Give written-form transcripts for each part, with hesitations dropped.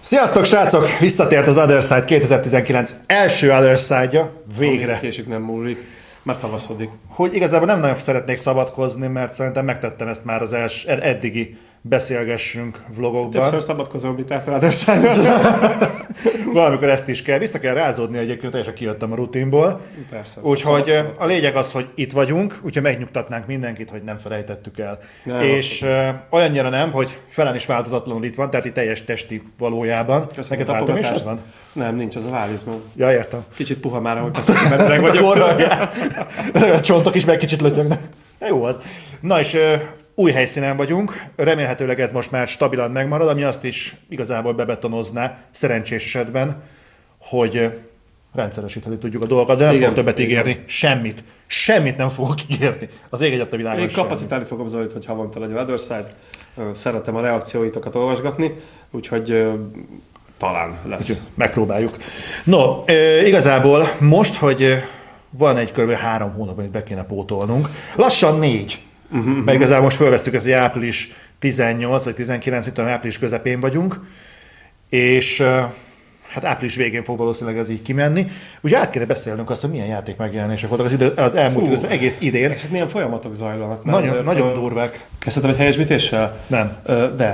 Sziasztok, srácok! Visszatért az Other Side 2019 első Other Side-ja. Végre. Késik nem múlik, mert tavaszodik. Hogy igazából nem nagyon szeretnék szabadkozni, mert szerintem megtettem ezt már az eddigi beszélgessünk vlogokban. Többször szabadkozom, mit állsz Other Side-ra. Valamikor ezt is kell. Vissza kell rázódni egyébként, teljesen kijöttem a rutinból. Persze. Úgyhogy a lényeg az, hogy itt vagyunk, úgyhogy megnyugtatnánk mindenkit, hogy nem felejtettük el. Nem, és olyannyira nem, hogy Felen is változatlanul itt van, tehát itt teljes testi valójában. Neked változás van? Nem, nincs, az a vállizmom. Ja, értem. Kicsit puha már, ahogy beszéltem, mert öreg vagyok. A csontok is meg kicsit lötyögnek. Jó az. Na és új helyszínen vagyunk, remélhetőleg ez most már stabilan megmarad, ami azt is igazából bebetonozná szerencsés esetben, hogy rendszeresíteni tudjuk a dolgokat, de nem fogok többet ígérni. Semmit nem fogok ígérni. Az ég egyet a világon. Én kapacitálni fogom Zolit, hogy havonta legyen Other Side. Szeretem a reakcióitokat olvasgatni, úgyhogy talán lesz. Úgyhogy megpróbáljuk. No, igazából most, hogy van egy kb. 3 hónap, amit be kéne pótolnunk, lassan 4. Mert igazából most felvesszük ezt, hogy április 18 vagy 19, mit tudom, április közepén vagyunk, és hát április végén fog valószínűleg ez így kimenni. Ugye át kéne beszélnünk azt, hogy milyen játék megjelenések voltak az elmúlt egész idén. És milyen folyamatok zajlanak. Nagyon durvák. Kezdhetem egy helyesbítéssel? Nem. De.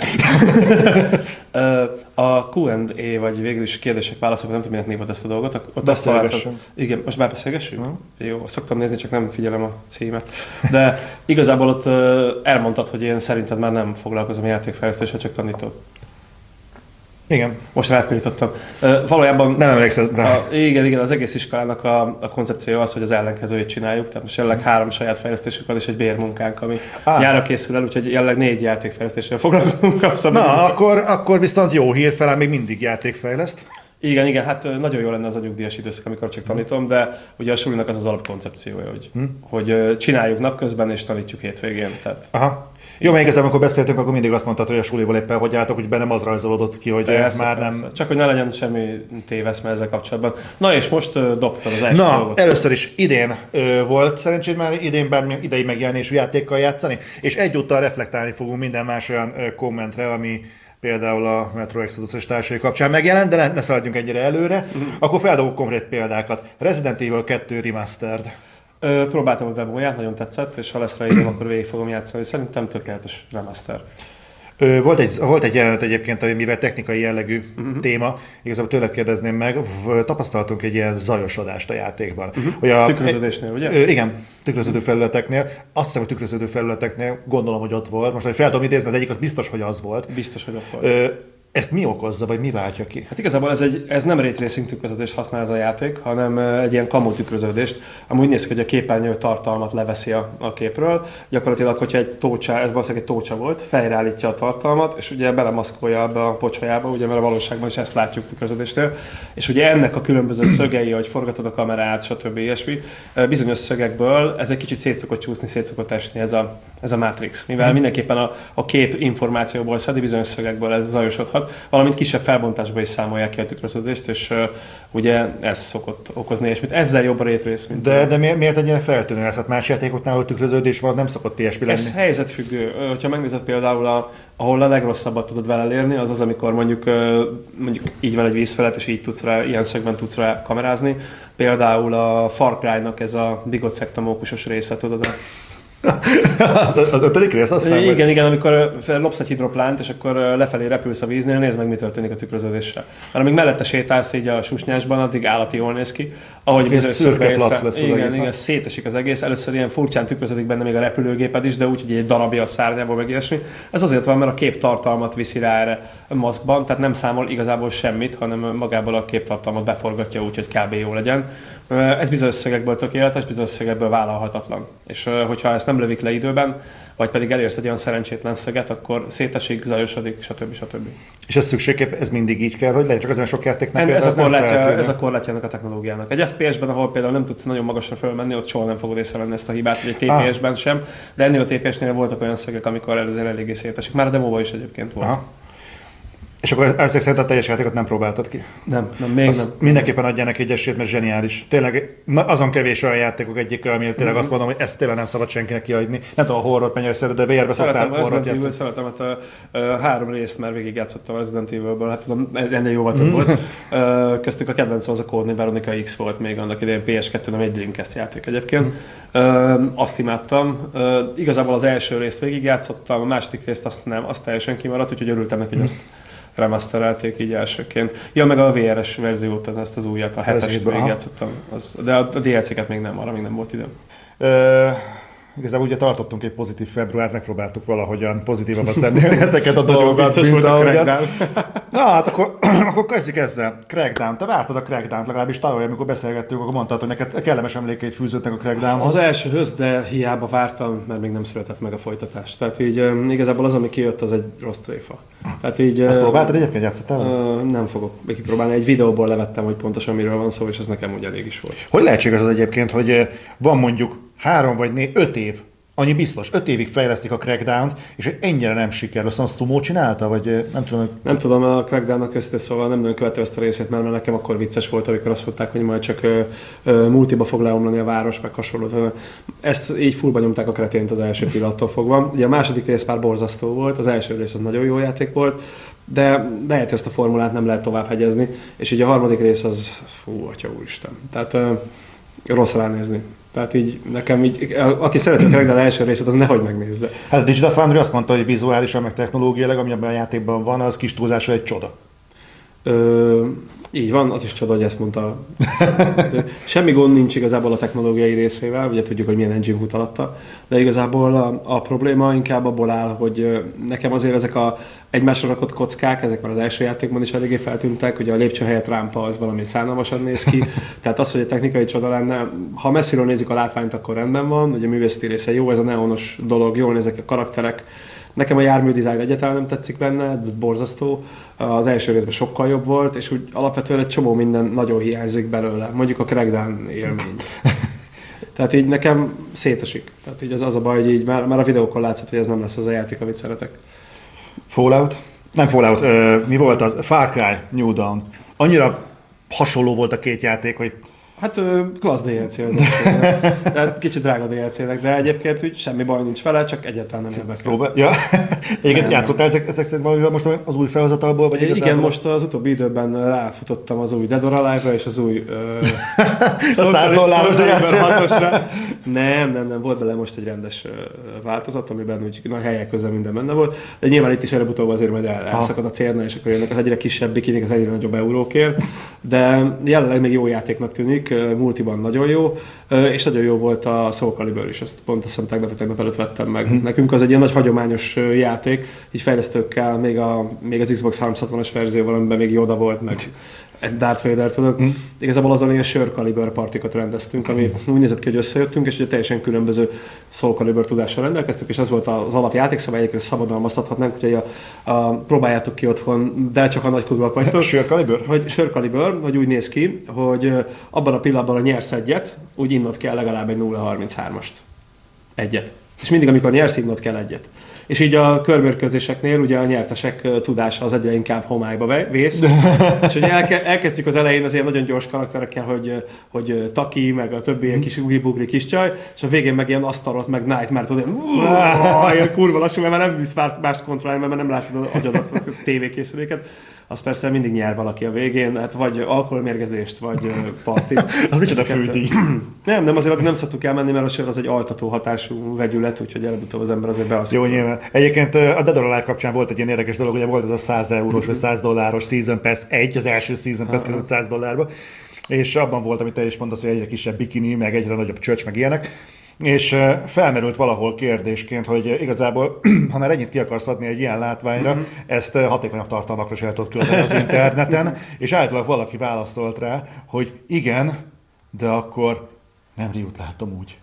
A Q&A, vagy végül is kérdések, válaszok, nem tudom, minek névad ezt a dolgot. Beszélgessünk. Igen, most már beszélgessünk? Jó, szoktam nézni, csak nem figyelem a címet. De igazából ott elmondtad, hogy én szerinted már nem foglalkozom a játékfejlesztéssel, csak tanítok. Igen. Most rátpillítottam. Valójában... Nem emlékszem rá. Igen, az egész iskolának a koncepciója az, hogy az ellenkezőjét csináljuk. Tehát most jelenleg 3 saját fejlesztésünk van és egy bérmunkánk, ami nyárra készül el, úgyhogy jelenleg 4 játékfejlesztéssel foglalkozunk. Na, akkor viszont jó hír, Felen még mindig játékfejleszt. Igen, hát nagyon jó lenne az a nyugdíjas időszak, amikor csak tanítom, de ugye a sulinak az alapkoncepciója, hogy csináljuk napközben és tanítjuk hétvégén. Tehát... Aha. Jó, mert igazából amikor beszéltünk, akkor mindig azt mondtad, hogy a sulival éppen hogy álltok, hogy bennem az rajzolódott ki, hogy persze, már persze. nem... Csak hogy ne legyen semmi téveszme ezzel kapcsolatban. Na és most dob fel az első dolgot. Először is idén volt szerencséd már idei megjelenésű játékkal játszani, és egyúttal reflektálni fogunk minden más olyan kommentre, ami például a Metro Exodus és társai kapcsán megjelent, de ne szaladjunk ennyire előre. Akkor feldobok konkrét példákat. Resident Evil 2 Remastered. Próbáltam a demóját, nagyon tetszett, és ha lesz rá időm, akkor végig fogom játszani. Szerintem tökéletes remaster. Volt egy jelenet egyébként, mivel technikai jellegű téma, igazából tőled kérdezném meg, tapasztaltunk egy ilyen zajosodást a játékban. Tükröződésnél, ugye? Igen, tükröződő felületeknél. Azt hiszem, hogy tükröződő felületeknél gondolom, hogy ott volt. Most, hogy fel tudom idézni, az egyik, az biztos, hogy az volt. Biztos, hogy ott volt. Ezt mi okozza, vagy mi váltja ki? Hát igazából ez nem ray tracing tükröződést használ ez a játék, hanem egy ilyen kamu tükröződést, ami úgy néz ki, hogy a képernyő tartalmat leveszi a képről. Gyakorlatilag, hogyha egy tócsa, ez valószínűleg egy tócsa volt, fejreállítja a tartalmat, és ugye belemaszkolja ebbe a pocsajába, ugye, mert a valóságban is ezt látjuk tükröződésnél. És ugye ennek a különböző szögei, hogy forgatod a kamerát, stb. Ilyesmi, bizonyos szögekből ez egy kicsit szét szokott csúszni, szét szokott esni ez a Matrix. Mivel mindenképpen a kép információból szedi, bizonyos szögekből ez zajosodhat, valamint kisebb felbontásban is számolják ki a tükröződést, és ugye ez szokott okozni, és ezzel jobb a ray trace, mint... De miért ennyire feltűnő ez? Hát más játékoknál, ahol tükröződés van, nem szokott ilyesmi lenni. Ez helyzetfüggő. Ha megnézed például, ahol a legrosszabbat tudod vele elérni, az amikor mondjuk így van egy víz felett, és így tudsz rá, ilyen szögben tudsz rá kamerázni. Például a Far Cry-nak ez a Bigot szektamókusos része, tudod? A 5. rész, azt hiszem, igen, amikor lopsz egy hidroplánt, és akkor lefelé repülsz a víznél, nézd meg, mi történik a tükröződéssel. Mert amíg mellette sétálsz így a susnyásban, addig állati jól néz ki. Ahogy szürke plac lesz az egész. Igen, szétesik az egész. Először ilyen furcsán tükröződik benne még a repülőgéped is, de úgy, hogy egy darabja a szárnyából, meg ilyesmi. Ez azért van, mert a kép tartalmat viszi rá erre maszkban, tehát nem számol igazából semmit, hanem magából a képtartalmat beforgatja úgy, hogy kb. Jó legyen. Ez bizonyos szögekből tökéletes, bizonyos szögekből vállalhatatlan. És hogyha ezt nem lövik le időben, vagy pedig elérsz egy olyan szerencsétlen szöget, akkor szétesik, zajosodik, stb. És ez szükségképp, ez mindig így kell, hogy legyen, csak azért sok játéknál ez a korlátja ennek a technológiának. Egy FPS-ben, ahol például nem tudsz nagyon magasra fölmenni, ott soha nem fogod észrevenni ezt a hibát, vagy egy TPS-ben sem, de ennél a TPS-nél voltak olyan szögek, amikor ez eléggé szétesik. Már a demóban is egyébként volt. És akkor ezek szerint a teljes játékot nem próbáltad ki? Nem, még nem. Mindenképpen adjának egy esélyt, mert zseniális. Tényleg azon kevés olyan játékok egyik, ami tényleg azt mondom, hogy ezt tényleg nem szabad senkinek kiadni. Nem tudom, a horrort mennyire szereted, de VR-be szoktál horrort játszani. Szeretem, hát 3 részt már végigjátszottam a Resident Evil-ből, hát tudom, ennél jóval több volt. Köztük a kedvencem az a Code Veronica X volt még annak idején PS2, nem egy Dreamcast játék egyébként. Azt imádtam. Igazából az első részt végigjátszottam, a második részt azt teljesen kimaradt, úgyhogy örültem neki, hogy azt remasterelték így elsőként. Ja, meg a VR-es verziót, ezt az újat, a 7-est végigjátszottam. De a DLC-ket még nem, arra még nem volt időm. Igazából ugye tartottunk egy pozitív februárt, megpróbáltuk valahogyan pozitívabban szemlélni ezeket a dolgokat, mint ahogyan. Na hát akkor kezdjük ezzel. Crackdown. Te vártad a Crackdown-t, legalábbis tavaly, amikor beszélgettünk, akkor mondtad, hogy neked kellemes emlékeit fűződnek a Crackdownhoz. Az elsőhöz, de hiába vártam, mert még nem született meg a folytatás. Tehát így igazából az, ami kijött, az egy rossz tréfa. Tehát így, ezt próbáltad egyébként, játszottál? Nem fogok kipróbálni. Egy videóból levettem, hogy pontosan miről van szó, és ez nekem úgy elég is volt. Hogy lehetséges az egyébként, hogy van mondjuk 3 vagy 5 év, annyi biztos, 5 évig fejlesztik a Crackdown-t, és ennyire nem sikerül. Azt Sumo csinálta, vagy nem tudom? Nem tudom, a Crackdown-nak közté, szóval nem nagyon követtem ezt a részét, mert nekem akkor vicces volt, amikor azt mondták, hogy majd csak multiba fog leomlani a város, meg hasonló. Ezt így fullba nyomták a kretént az első pillanattól fogva. Ugye a második rész már borzasztó volt, az első rész az nagyon jó játék volt, de lehet, hogy ezt a formulát nem lehet tovább hegyezni, és így a harmadik rész az, atya úristen. Tehát rossz ránézni. Tehát így nekem így, aki szereti a Crackdown első részét, az nehogy megnézze. Hát a Digital Foundry azt mondta, hogy vizuálisan, meg technológiailag, ami abban a játékban van, az kis túlzásra egy csoda. Így van, az is csoda, hogy ezt mondta. De semmi gond nincs igazából a technológiai részével, ugye tudjuk, hogy milyen engine fut alatta, de igazából a probléma inkább abból áll, hogy nekem azért ezek a egymásra rakott kockák, ezek már az első játékban is eléggé feltűntek, hogy a lépcső helyett rámpa az valami szánalmasan néz ki, tehát az, hogy a technikai csoda lenne, ha messziről nézik a látványt, akkor rendben van, ugye a művészeti része jó, ez a neonos dolog, jól néznek a karakterek. Nekem a jármű dizájn egyáltalán nem tetszik benne, borzasztó. Az első részben sokkal jobb volt, és úgy alapvetően egy csomó minden nagyon hiányzik belőle. Mondjuk a Crackdown élmény. Tehát így nekem szétesik. Tehát így az a baj, hogy így már a videókon látszott, hogy ez nem lesz az a játék, amit szeretek. Fallout? Nem Fallout, mi volt az? Far Cry New Dawn. Annyira hasonló volt a két játék, hogy Hát klassz DLC az tehát kicsit drága DLC-nek, de egyébként úgy semmi baj nincs vele, csak egyáltalán nem érdekel. Ja. Egyébként játszottál ezek szerint valamivel most az új felhozatalból? Vagy igen, most az utóbbi időben ráfutottam az új Dead or Alive-ra és az új a $100 DLC-ra. Nem, volt bele most egy rendes változat, amiben úgy nagy helyek közben minden benne volt, de nyilván itt is előbb-utóbb azért majd elszakad a célna, és akkor jönnek az egyre kisebb bikinik, az egyre nagyobb eurókért, de jelenleg még jó játéknak tűnik, multiban nagyon jó, és nagyon jó volt a Soul Calibur is, ezt pont azt hiszem tegnap előtt vettem meg. Nekünk az egy ilyen nagy hagyományos játék, így fejlesztőkkel, még az Xbox 360-as verzióval, amiben még Yoda volt, meg Darth Vader, tudod. Igazából azon ilyen Soul Calibur partikat rendeztünk, ami úgy nézett ki, hogy összejöttünk, és ugye teljesen különböző Soul Calibur tudással rendelkeztünk, és ez volt az alapjáték, szóval egyébként szabadalmaztathatnánk, úgyhogy próbáljátok ki otthon, de csak a nagy kudúak vagytok. Soul Calibur? Soul Calibur, hogy úgy néz ki, hogy abban a pillanatban, ha nyersz egyet, úgy innod kell legalább egy 0.33-ast. Egyet. És mindig, amikor nyersz, innod kell egyet. És így a körmérkőzéseknél ugye a nyertesek tudása az egyre inkább homályba vész. És hogy elkezdjük az elején az ilyen nagyon gyors karakterekkel, hogy Taki, meg a többi ilyen kis ugri-bugri kis csaj, és a végén meg ilyen asztalot, meg Nightmare, tudod, ilyen kurva lassú, mert nem visz mást kontrollálni, mert nem látod az agyadat, a tévékészüléket. Az persze mindig nyer valaki a végén, hát vagy alkoholmérgezést, vagy partit. Az micsoda fődíj? Nem, azért nem szoktuk elmenni, mert a sör az egy altató hatású vegyület, úgyhogy előbb-utóbb az ember azért beaszít. Jó, nyilván. Egyébként a Dead or Alive kapcsán volt egy ilyen érdekes dolog, ugye volt ez a 100 eurós vagy $100 Season Pass 1, az első Season Pass került $100, és abban volt, amit te is mondasz, hogy egyre kisebb bikini, meg egyre nagyobb csöcs, meg ilyenek. És felmerült valahol kérdésként, hogy igazából, ha már ennyit ki akarsz adni egy ilyen látványra, ezt hatékonyabb tartalmakra is el tudod küldeni az interneten, és általában valaki válaszolt rá, hogy igen, de akkor nem Riut látom úgy.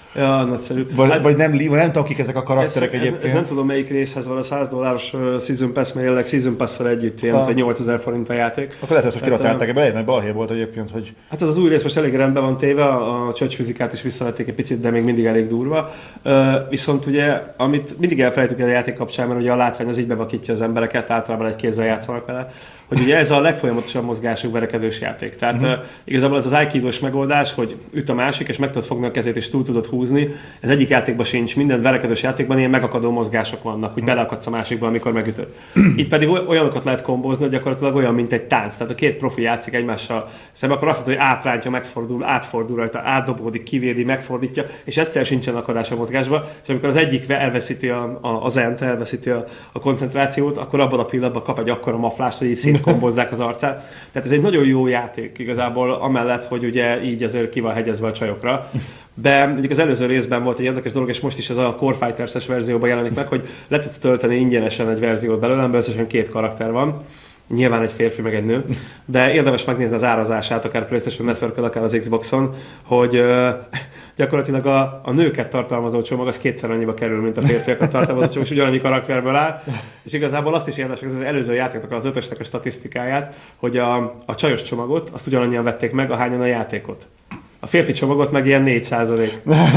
Ja, nagyszerű. Vagy nem tudom, kik ezek a karakterek egyébként. Ez nem tudom, melyik részhez van a $100 Season Pass, mert jelenleg Season Pass-szal együtt ilyen, vagy 8000 forint a játék. Akkor lehet, hogy kiratálták ebbe, egy balhé volt egyébként, hogy... Hát az új rész most elég rendben van téve, a csöcsfizikát is visszavették egy picit, de még mindig elég durva. Viszont ugye, amit mindig elfelejtünk a játék kapcsán, mert ugye a látvány az így bevakítja az embereket, általában egy kézzel játszanak vele, hogy ugye ez a legfolyamatosabb mozgású verekedős játék. Tehát igazából ez az aikidos megoldás, hogy üt a másik, és meg tudod fogni a kezét, és túl tudod húzni. Ez egyik játékban sincs, minden verekedős játékban ilyen megakadó mozgások vannak, hogy beleakadsz a másikba, amikor megütöd. Itt pedig olyanokat lehet kombózni, hogy gyakorlatilag olyan, mint egy tánc. Tehát a két profi játszik egymással szemben, akkor azt mondod, hogy átrántja, megfordul, átfordul rajta, átdobódik, kivédi, megfordítja, és egyszer sincsen akadás a mozgásba, és amikor az egyik elveszíti a zent, elveszíti a koncentrációt, akkor abban a pillanatban kap egy akkora maflást, hogy így kombozzák az arcát. Tehát ez egy nagyon jó játék igazából, amellett, hogy ugye így azért ki van hegyezve a csajokra. De mondjuk az előző részben volt egy érdekes dolog, és most is ez a Core Fighters-es verzióban jelenik meg, hogy le tudsz tölteni ingyenesen egy verziót belőle, amiben összesen 2 karakter van. Nyilván egy férfi meg egy nő, de érdemes megnézni az árazását, akár PlayStation Network-on, akár az Xboxon, hogy gyakorlatilag a nőket tartalmazó csomag az 2-szer annyiba kerül, mint a férfiakat tartalmazó csomag, és ugyanannyi karakterből áll. És igazából azt is érdemes, az előző játéknak az 5-ösnek a statisztikáját, hogy a csajos csomagot azt ugyanannyian vették meg, ahányan a játékot. A férfi csomagot meg ilyen 4%.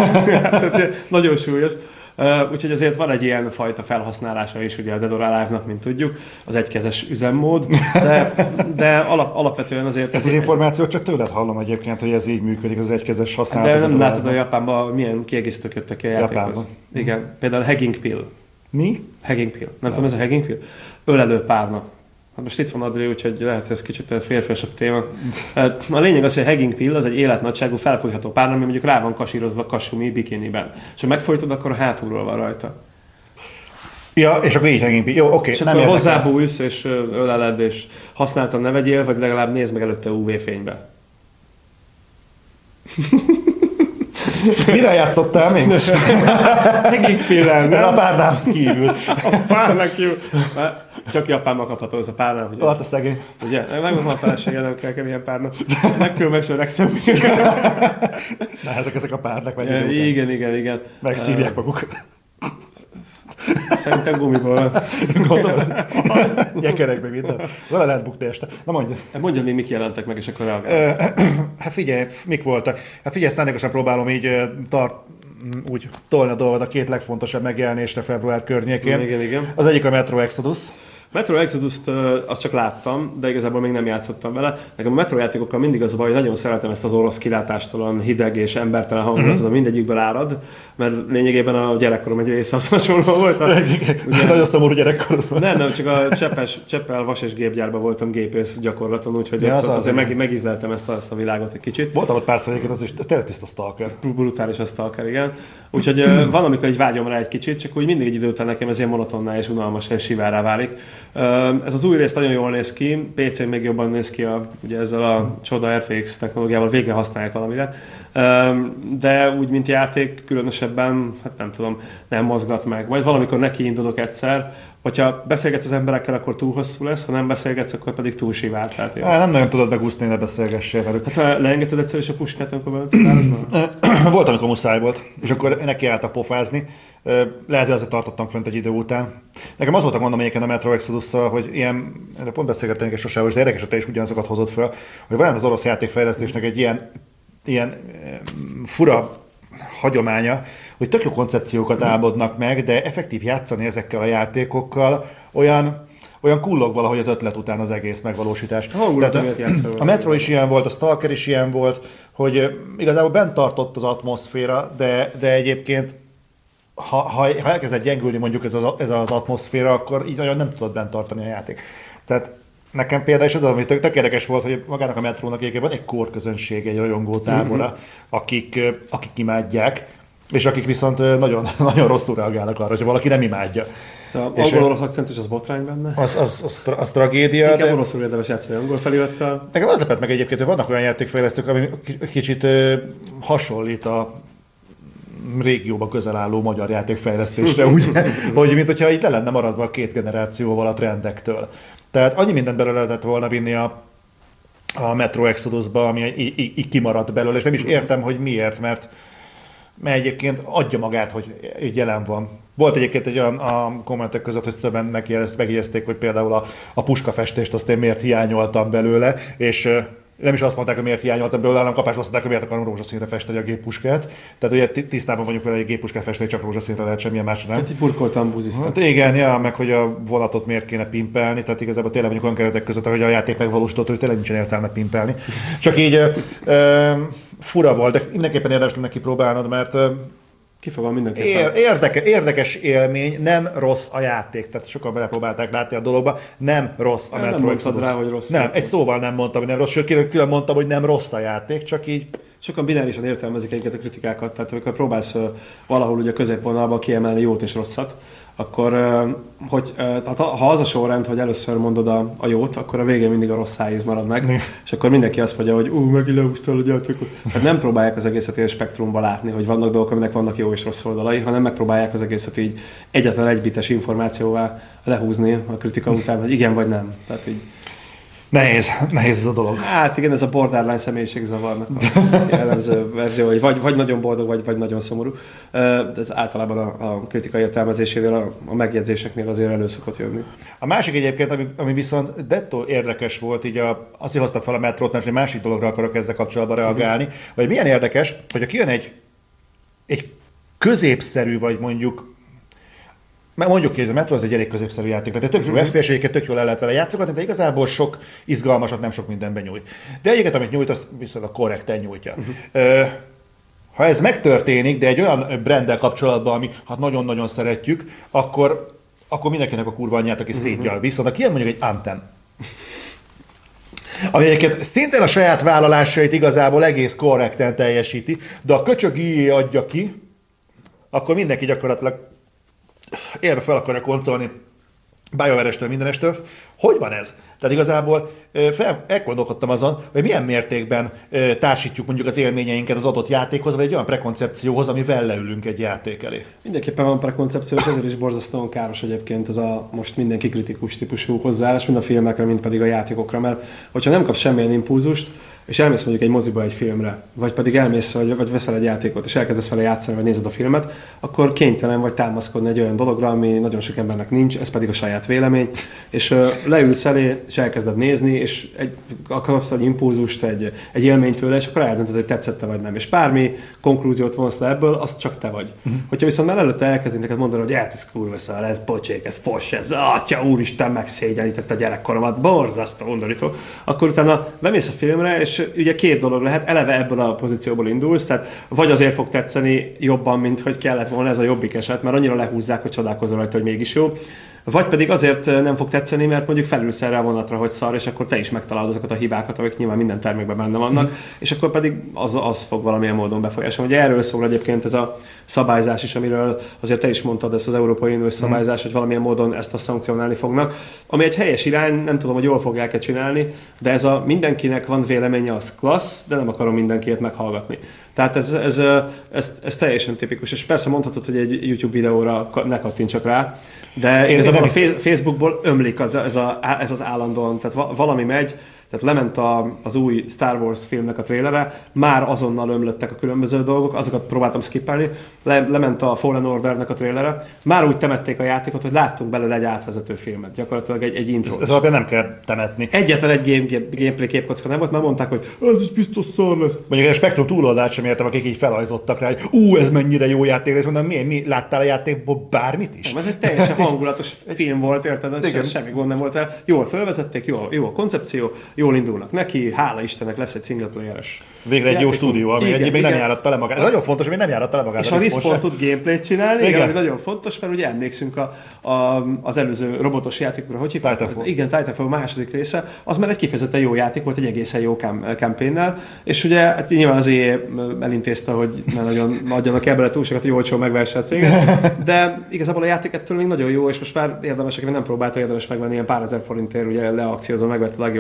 Tehát nagyon súlyos. Úgyhogy azért van egy ilyen fajta felhasználása is ugye a Dead or Alive-nak, mint tudjuk, az egykezes üzemmód, de alapvetően azért... Ezt az információt csak tőled hallom egyébként, hogy ez így működik, az egykezes használat. De nem látod a Japánban milyen kiegészítők jöttek ki a játékhoz. Igen, például Hagging Pill. Mi? Hagging Pill. Nem tudom, ez a Hagging Pill? Ölelő párna. Hát most itt van Adri, úgyhogy lehet ez kicsit férfiasabb téma. A lényeg az, hogy a Hagging Pill az egy életnagyságú felfújható párna, ami mondjuk rá van kasírozva kasumi bikiniben. És ha megfojtod, akkor a hátulról van rajta. Ja, és akkor így Hagging Pill. Jó, oké. És akkor hozzábújsz, és öleled, és használtan ne vegyél, vagy legalább nézd meg előtte UV-fénybe. Mire játszottál még? Hagging Pill-en, nem? A párnám kívül. A párnám kívül. Csak Japánban kapható ez a párna. Ugye? Hát a szegény. Ugye? Megvan a felesége, nem kell ilyen párna. Megkülmesöregszem. Ezek a párnak. Igen. Megszívják magukat. Szerintem gumiból. Gondolom. Nyekerek meg minden. Vele lehet bukni este. Na mondjad. Mondjad még, mik jelentek meg, és akkor reagálj. Hát figyelj, mik voltak? Hát figyelj, szándékosan próbálom így úgy tolni a dolgot a 2 legfontosabb megjelenésre február környékén. Igen. Az egyik a Metro Exodus. Metro Exodus-t azt csak láttam, de igazából még nem játszottam vele. Nekem a Metro játékokkal mindig az a baj, hogy nagyon szeretem ezt az orosz kilátástalan, hideg és embertelen hangulatot, mindegyikből árad, mert lényegében a gyerekkorom egy része az hasonló volt. Ugye, nagyon szomorú gyerekkorodban. Nem, csak a Cseppel vas és gépgyárban voltam gépész gyakorlaton, úgyhogy azért megízleltem ezt a világot egy kicsit. Voltam ott párszor egyébként, az is tényleg tiszta stalker. Brutális a stalker, igen. Úgyhogy van, amikor egy vágyom rá egy kicsit, csak úgy mindig egy idő után nekem ez ilyen monotonná és unalmas és sivárá válik. Ez az új rész nagyon jól néz ki, PC-n még jobban néz ki ugye ezzel a csoda RTX technológiával, végre használják valamire. De úgy, mint játék, különösebben, hát nem tudom, nem mozgat meg. Vagy valamikor neki indulok egyszer, hogyha beszélgetsz az emberekkel, akkor túl hosszú lesz, ha nem beszélgetsz, akkor pedig túl sivár. Tehát, nem nagyon tudod megúszni, ne beszélgessél velük. Hát leengedted egyszer is a puskát, amikor belettem. Volt, amikor muszáj volt, és akkor neki álltak pofázni. Lehet, hogy azért tartottam fönt egy idő után. Nekem az volt a mondom egyébként a Metro Exodus-szal, hogy ilyen, pont beszélgettem egy sosem, de érdekes, hogy te is ugyanazokat hozott fel, hogy van az orosz játékfejlesztésnek egy ilyen fura hagyománya, hogy tök jó koncepciókat álmodnak meg, de effektív játszani ezekkel a játékokkal olyan kullog valahogy az ötlet után az egész megvalósítás. A Metro is ilyen volt, a Stalker is ilyen volt, hogy igazából bent tartott az atmoszféra, de egyébként ha elkezdett gyengülni mondjuk ez az atmoszféra, akkor így nagyon nem tudod bent tartani a játék. Tehát nekem például is az, ami tök érdekes volt, hogy magának a Metrónak egyébként van egy core közönség, egy rajongó tábora, akik imádják, és akik viszont nagyon, nagyon rosszul reagálnak arra, hogy valaki nem imádja. Az angol-orosz akcentus az botrány benne? Az tragédia. Inkább oroszul érdemes játszani angol felirattal. Nekem az lepett meg egyébként, hogy vannak olyan játékfejlesztők, ami kicsit hasonlít a régióba közel álló magyar játékfejlesztésre, hogy mint hogyha itt le lenne maradva a 2 generációval a trendektől. Tehát annyi mindent bele lehetett volna vinni a Metro Exodusba, ami így kimaradt belőle, és nem is értem, hogy miért, mert mert egyébként adja magát, hogy így jelen van. Volt egyébként egy olyan a kommentek között, hogy többen megjegyezték, hogy például a puskafestést azt én miért hiányoltam belőle, és nem is azt mondták, hogy miért hiányoltam belőle, hanem kapásba azt mondták, hogy miért akarom rózsaszínre festeni a géppuskát. Tehát ugye tisztában vagyunk vele, hogy géppuskát festeni csak rózsaszínre lehet, semmilyen másra nem. Tehát így burkoltam buzisztam. Hát igen, ja, meg hogy a vonatot miért kéne pimpelni, tehát igazából tényleg mondjuk olyan keretek között, hogy a játék megvalósított, hogy tényleg nincsen értelme pimpelni. Csak így fura volt, de mindenképpen érdemes lenne kipróbálnod, mert Kifogom mindenképpen. Érdekes élmény, nem rossz a játék. Tehát sokan belepróbálták látni a dologba, nem rossz a Metro Exodus. Rá, hogy rossz nem, egy szóval nem mondtam, hogy nem rossz, sőt külön mondtam, hogy nem rossz a játék, csak így... Sokan binárisan értelmezik egyiket a kritikákat, tehát amikor próbálsz valahol ugye a középvonalban kiemelni jót és rosszat, akkor ha az a sorrend, hogy először mondod a jót, akkor a végén mindig a rossz szájíz marad meg, és akkor mindenki azt mondja, hogy megint lehúztál a játékot. Tehát nem próbálják az egészet ilyen spektrumba látni, hogy vannak dolgok, aminek vannak jó és rossz oldalai, hanem megpróbálják az egészet így egyetlen egybites információvá lehúzni a kritika után, hogy igen vagy nem. Tehát így Nehéz ez a dolog. Hát igen, ez a borderline személyiségzavarnak a jellemző verzió, hogy vagy nagyon boldog, vagy nagyon szomorú. De ez általában a kritikai értelmezésénél, a megjegyzéseknél azért elő szokott jönni. A másik egyébként, ami viszont dettó érdekes volt, így azért hoztam fel a Metrót, mert egy másik dologra akarok ezzel kapcsolatban reagálni, hogy milyen érdekes, hogyha kijön egy középszerű, vagy mondjuk hogy a Metro az egy elég középszerű játék, tehát tök jó FPS-eiket tök jól el lehet vele játszogatni, de igazából sok izgalmasat nem sok mindenben nyújt. De egyiket, amit nyújt, azt viszont korrekten nyújtja. Ha ez megtörténik, de egy olyan branddel kapcsolatban, ami hát nagyon-nagyon szeretjük, akkor mindenkinek a kurva anyját, aki szétgyal. Viszont ha kijön mondjuk egy Anthem, ami egyébként szintén a saját vállalásait igazából egész korrekten teljesíti, de a köcsög EA adja ki, akkor mindenki gyakorlatilag érve fel akarja koncolni BioWare-estől, mindenestől. Hogy van ez? Tehát igazából elgondolkodtam azon, hogy milyen mértékben társítjuk mondjuk az élményeinket az adott játékhoz, vagy egy olyan prekoncepcióhoz, amivel leülünk egy játék elé. Mindenképpen van prekoncepció, és ezért is borzasztóan káros egyébként ez a most mindenki kritikus típusú hozzáállás, mind a filmekre, mind pedig a játékokra, mert hogyha nem kapsz semmilyen impulzust, és elmész mondjuk egy moziba egy filmre, vagy pedig elmész, vagy veszel egy játékot, és elkezdesz vele játszani, vagy nézed a filmet, akkor kénytelen vagy támaszkodni egy olyan dologra, ami nagyon sok embernek nincs, ez pedig a saját vélemény, és leülsz elé, és elkezded nézni, és kapsz egy impulzust, egy élményt tőle, és akkor eldöntöd, hogy tetszette vagy nem. És bármi konklúziót vonsz le ebből, az csak te vagy. Hogyha viszont már előtte elkezdik neked mondani, hogy ez kurva szar, ez pocsék, ez fos, ez atya úristen, megszégyenített a gyerekkoromat, borzasztó, undorító, akkor utána bemész a filmre, és ugye két dolog lehet, eleve ebből a pozícióból indulsz, tehát vagy azért fog tetszeni jobban, mint hogy kellett volna, ez a jobbik eset, mert annyira lehúzzák, hogy csodálkozol rajta, hogy mégis jó. Vagy pedig azért nem fog tetszeni, mert mondjuk felülsz erre a vonatra, hogy szar, és akkor te is megtalálod azokat a hibákat, amik nyilván minden termékben benne vannak, és akkor pedig az fog valamilyen módon befolyásolni. Ugye erről szól egyébként ez a szabályzás is, amiről azért te is mondtad, ezt az Európai Uniós szabályzás, hogy valamilyen módon ezt a szankcionálni fognak. Ami egy helyes irány, nem tudom, hogy jól fogják-e csinálni, de ez a mindenkinek van véleménye, az klassz, de nem akarom mindenkiét meghallgatni. Tehát ez teljesen tipikus. És persze mondhatod, hogy egy YouTube videóra ne kattintsak rá, de igazából a Facebookból ömlik ez az állandóan, tehát valami megy, tehát lement az új Star Wars filmnek a trailere, már azonnal ömlöttek a különböző dolgok, azokat próbáltam skippelni, lement a Fallen Ordernek a trailere, már úgy temették a játékot, hogy láttunk belőle egy átvezető filmet, gyakorlatilag egy intro. Ez alapján nem kell temetni. Egyetlen egy gameplay képkocka nem volt, mert mondták, hogy ez is biztos szar lesz. Mondjuk a Spektrum túloldalt sem értem, akik így felajzottak rá, hogy ez mennyire jó játék, és mondom, mi láttál a játékból bármit is? Nem, ez egy teljesen hangulatos film volt, érted? Semmi gond nem volt vele. Jól felvezették, jó a koncepció, jól indulnak neki, hála Istennek lesz egy single playeres. Végre egy jó stúdió, ami egyébként nem járatta le magát. Ez nagyon fontos, hogy nem járatta le magát. És a Respawn tud gameplayt csinálni, igen, nagyon fontos, mert ugye emlékszünk az előző robotos játékra, hogy hívták? Titanfall. Igen, Titanfall második része, az már egy kifejezetten jó játék volt, egy egészen jó campaignnel, és ugye hát nyilván az EA elintézte, hogy ne nagyon adjanak ebből túl sokat, hogy olcsó megverse a céget, de igazából a játék ettől még nagyon jó, és most már érdemes, aki nem próbálta, érdemes megvenni ilyen pár ezer forintért, ugye leakciózva megvett a legjobb verziót belőle.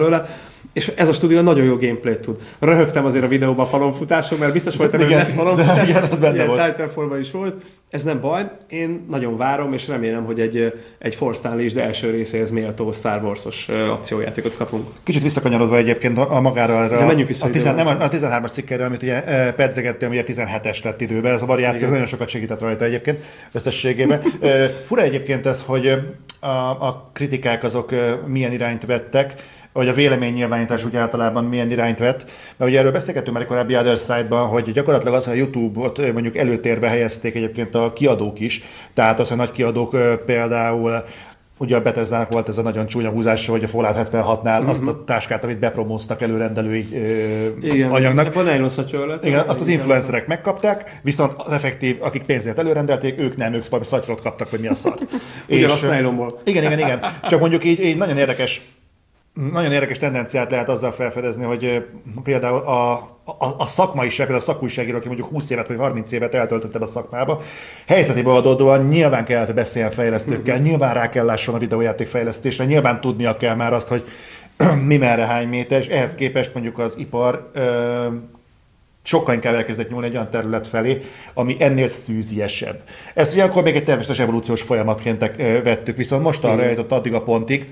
belőle. És ez a stúdió nagyon jó gameplayt tud. Röhögtem azért a videóban a falonfutáson, mert biztos voltam, hogy lesz falonfutás. Igen, az benne volt. Titanfallban is volt. Ez nem baj, én nagyon várom, és remélem, hogy egy Force Stanley de első részéhez méltó Star Wars-os akciójátékot kapunk. Kicsit visszakanyarodva egyébként a magára a 13-as cikkerre, amit ugye pedzegettem, ugye 17-es lett időben, ez a variáció nagyon sokat segített rajta egyébként összességében. Fura egyébként ez, hogy a kritikák azok milyen irányt vettek, vagy a véleménynyilvánítás úgy általában milyen irányt vett. Mert ugye erről beszélgettünk már korábbi Other Side-ban, hogy gyakorlatilag az, hogy a YouTube-ot mondjuk előtérbe helyezték egyébként a kiadók is. Tehát az, hogy nagy kiadók például ugye a Bethesdának volt ez a nagyon csúnya húzása, hogy a Fallout 76-nál azt a táskát, amit bepromóztak előrendelői anyagnak. Igen, azt az influencerek megkapták, viszont az effektív, akik pénzért előrendelték, ők nem, ők szatyrot kaptak, hogy mi a szar. Ugyanazt nylonból. Igen. Csak mondjuk így nagyon érdekes tendenciát lehet azzal felfedezni, hogy például a szakmaiság, például a szakújságíró, aki mondjuk 20 évet vagy 30 évet eltöltötted a szakmába, helyzetében adódóan nyilván kell, hogy beszéljen fejlesztőkkel, nyilván rá kell lásson a videójáték fejlesztésre, nyilván tudnia kell már azt, hogy mi merre hány méter, és ehhez képest mondjuk az ipar sokkal inkább elkezdett nyúlni egy olyan terület felé, ami ennél szűziesebb. Ezt ugye akkor még egy természetes evolúciós folyamatként vettük, viszont most arra jutott addig a pontig,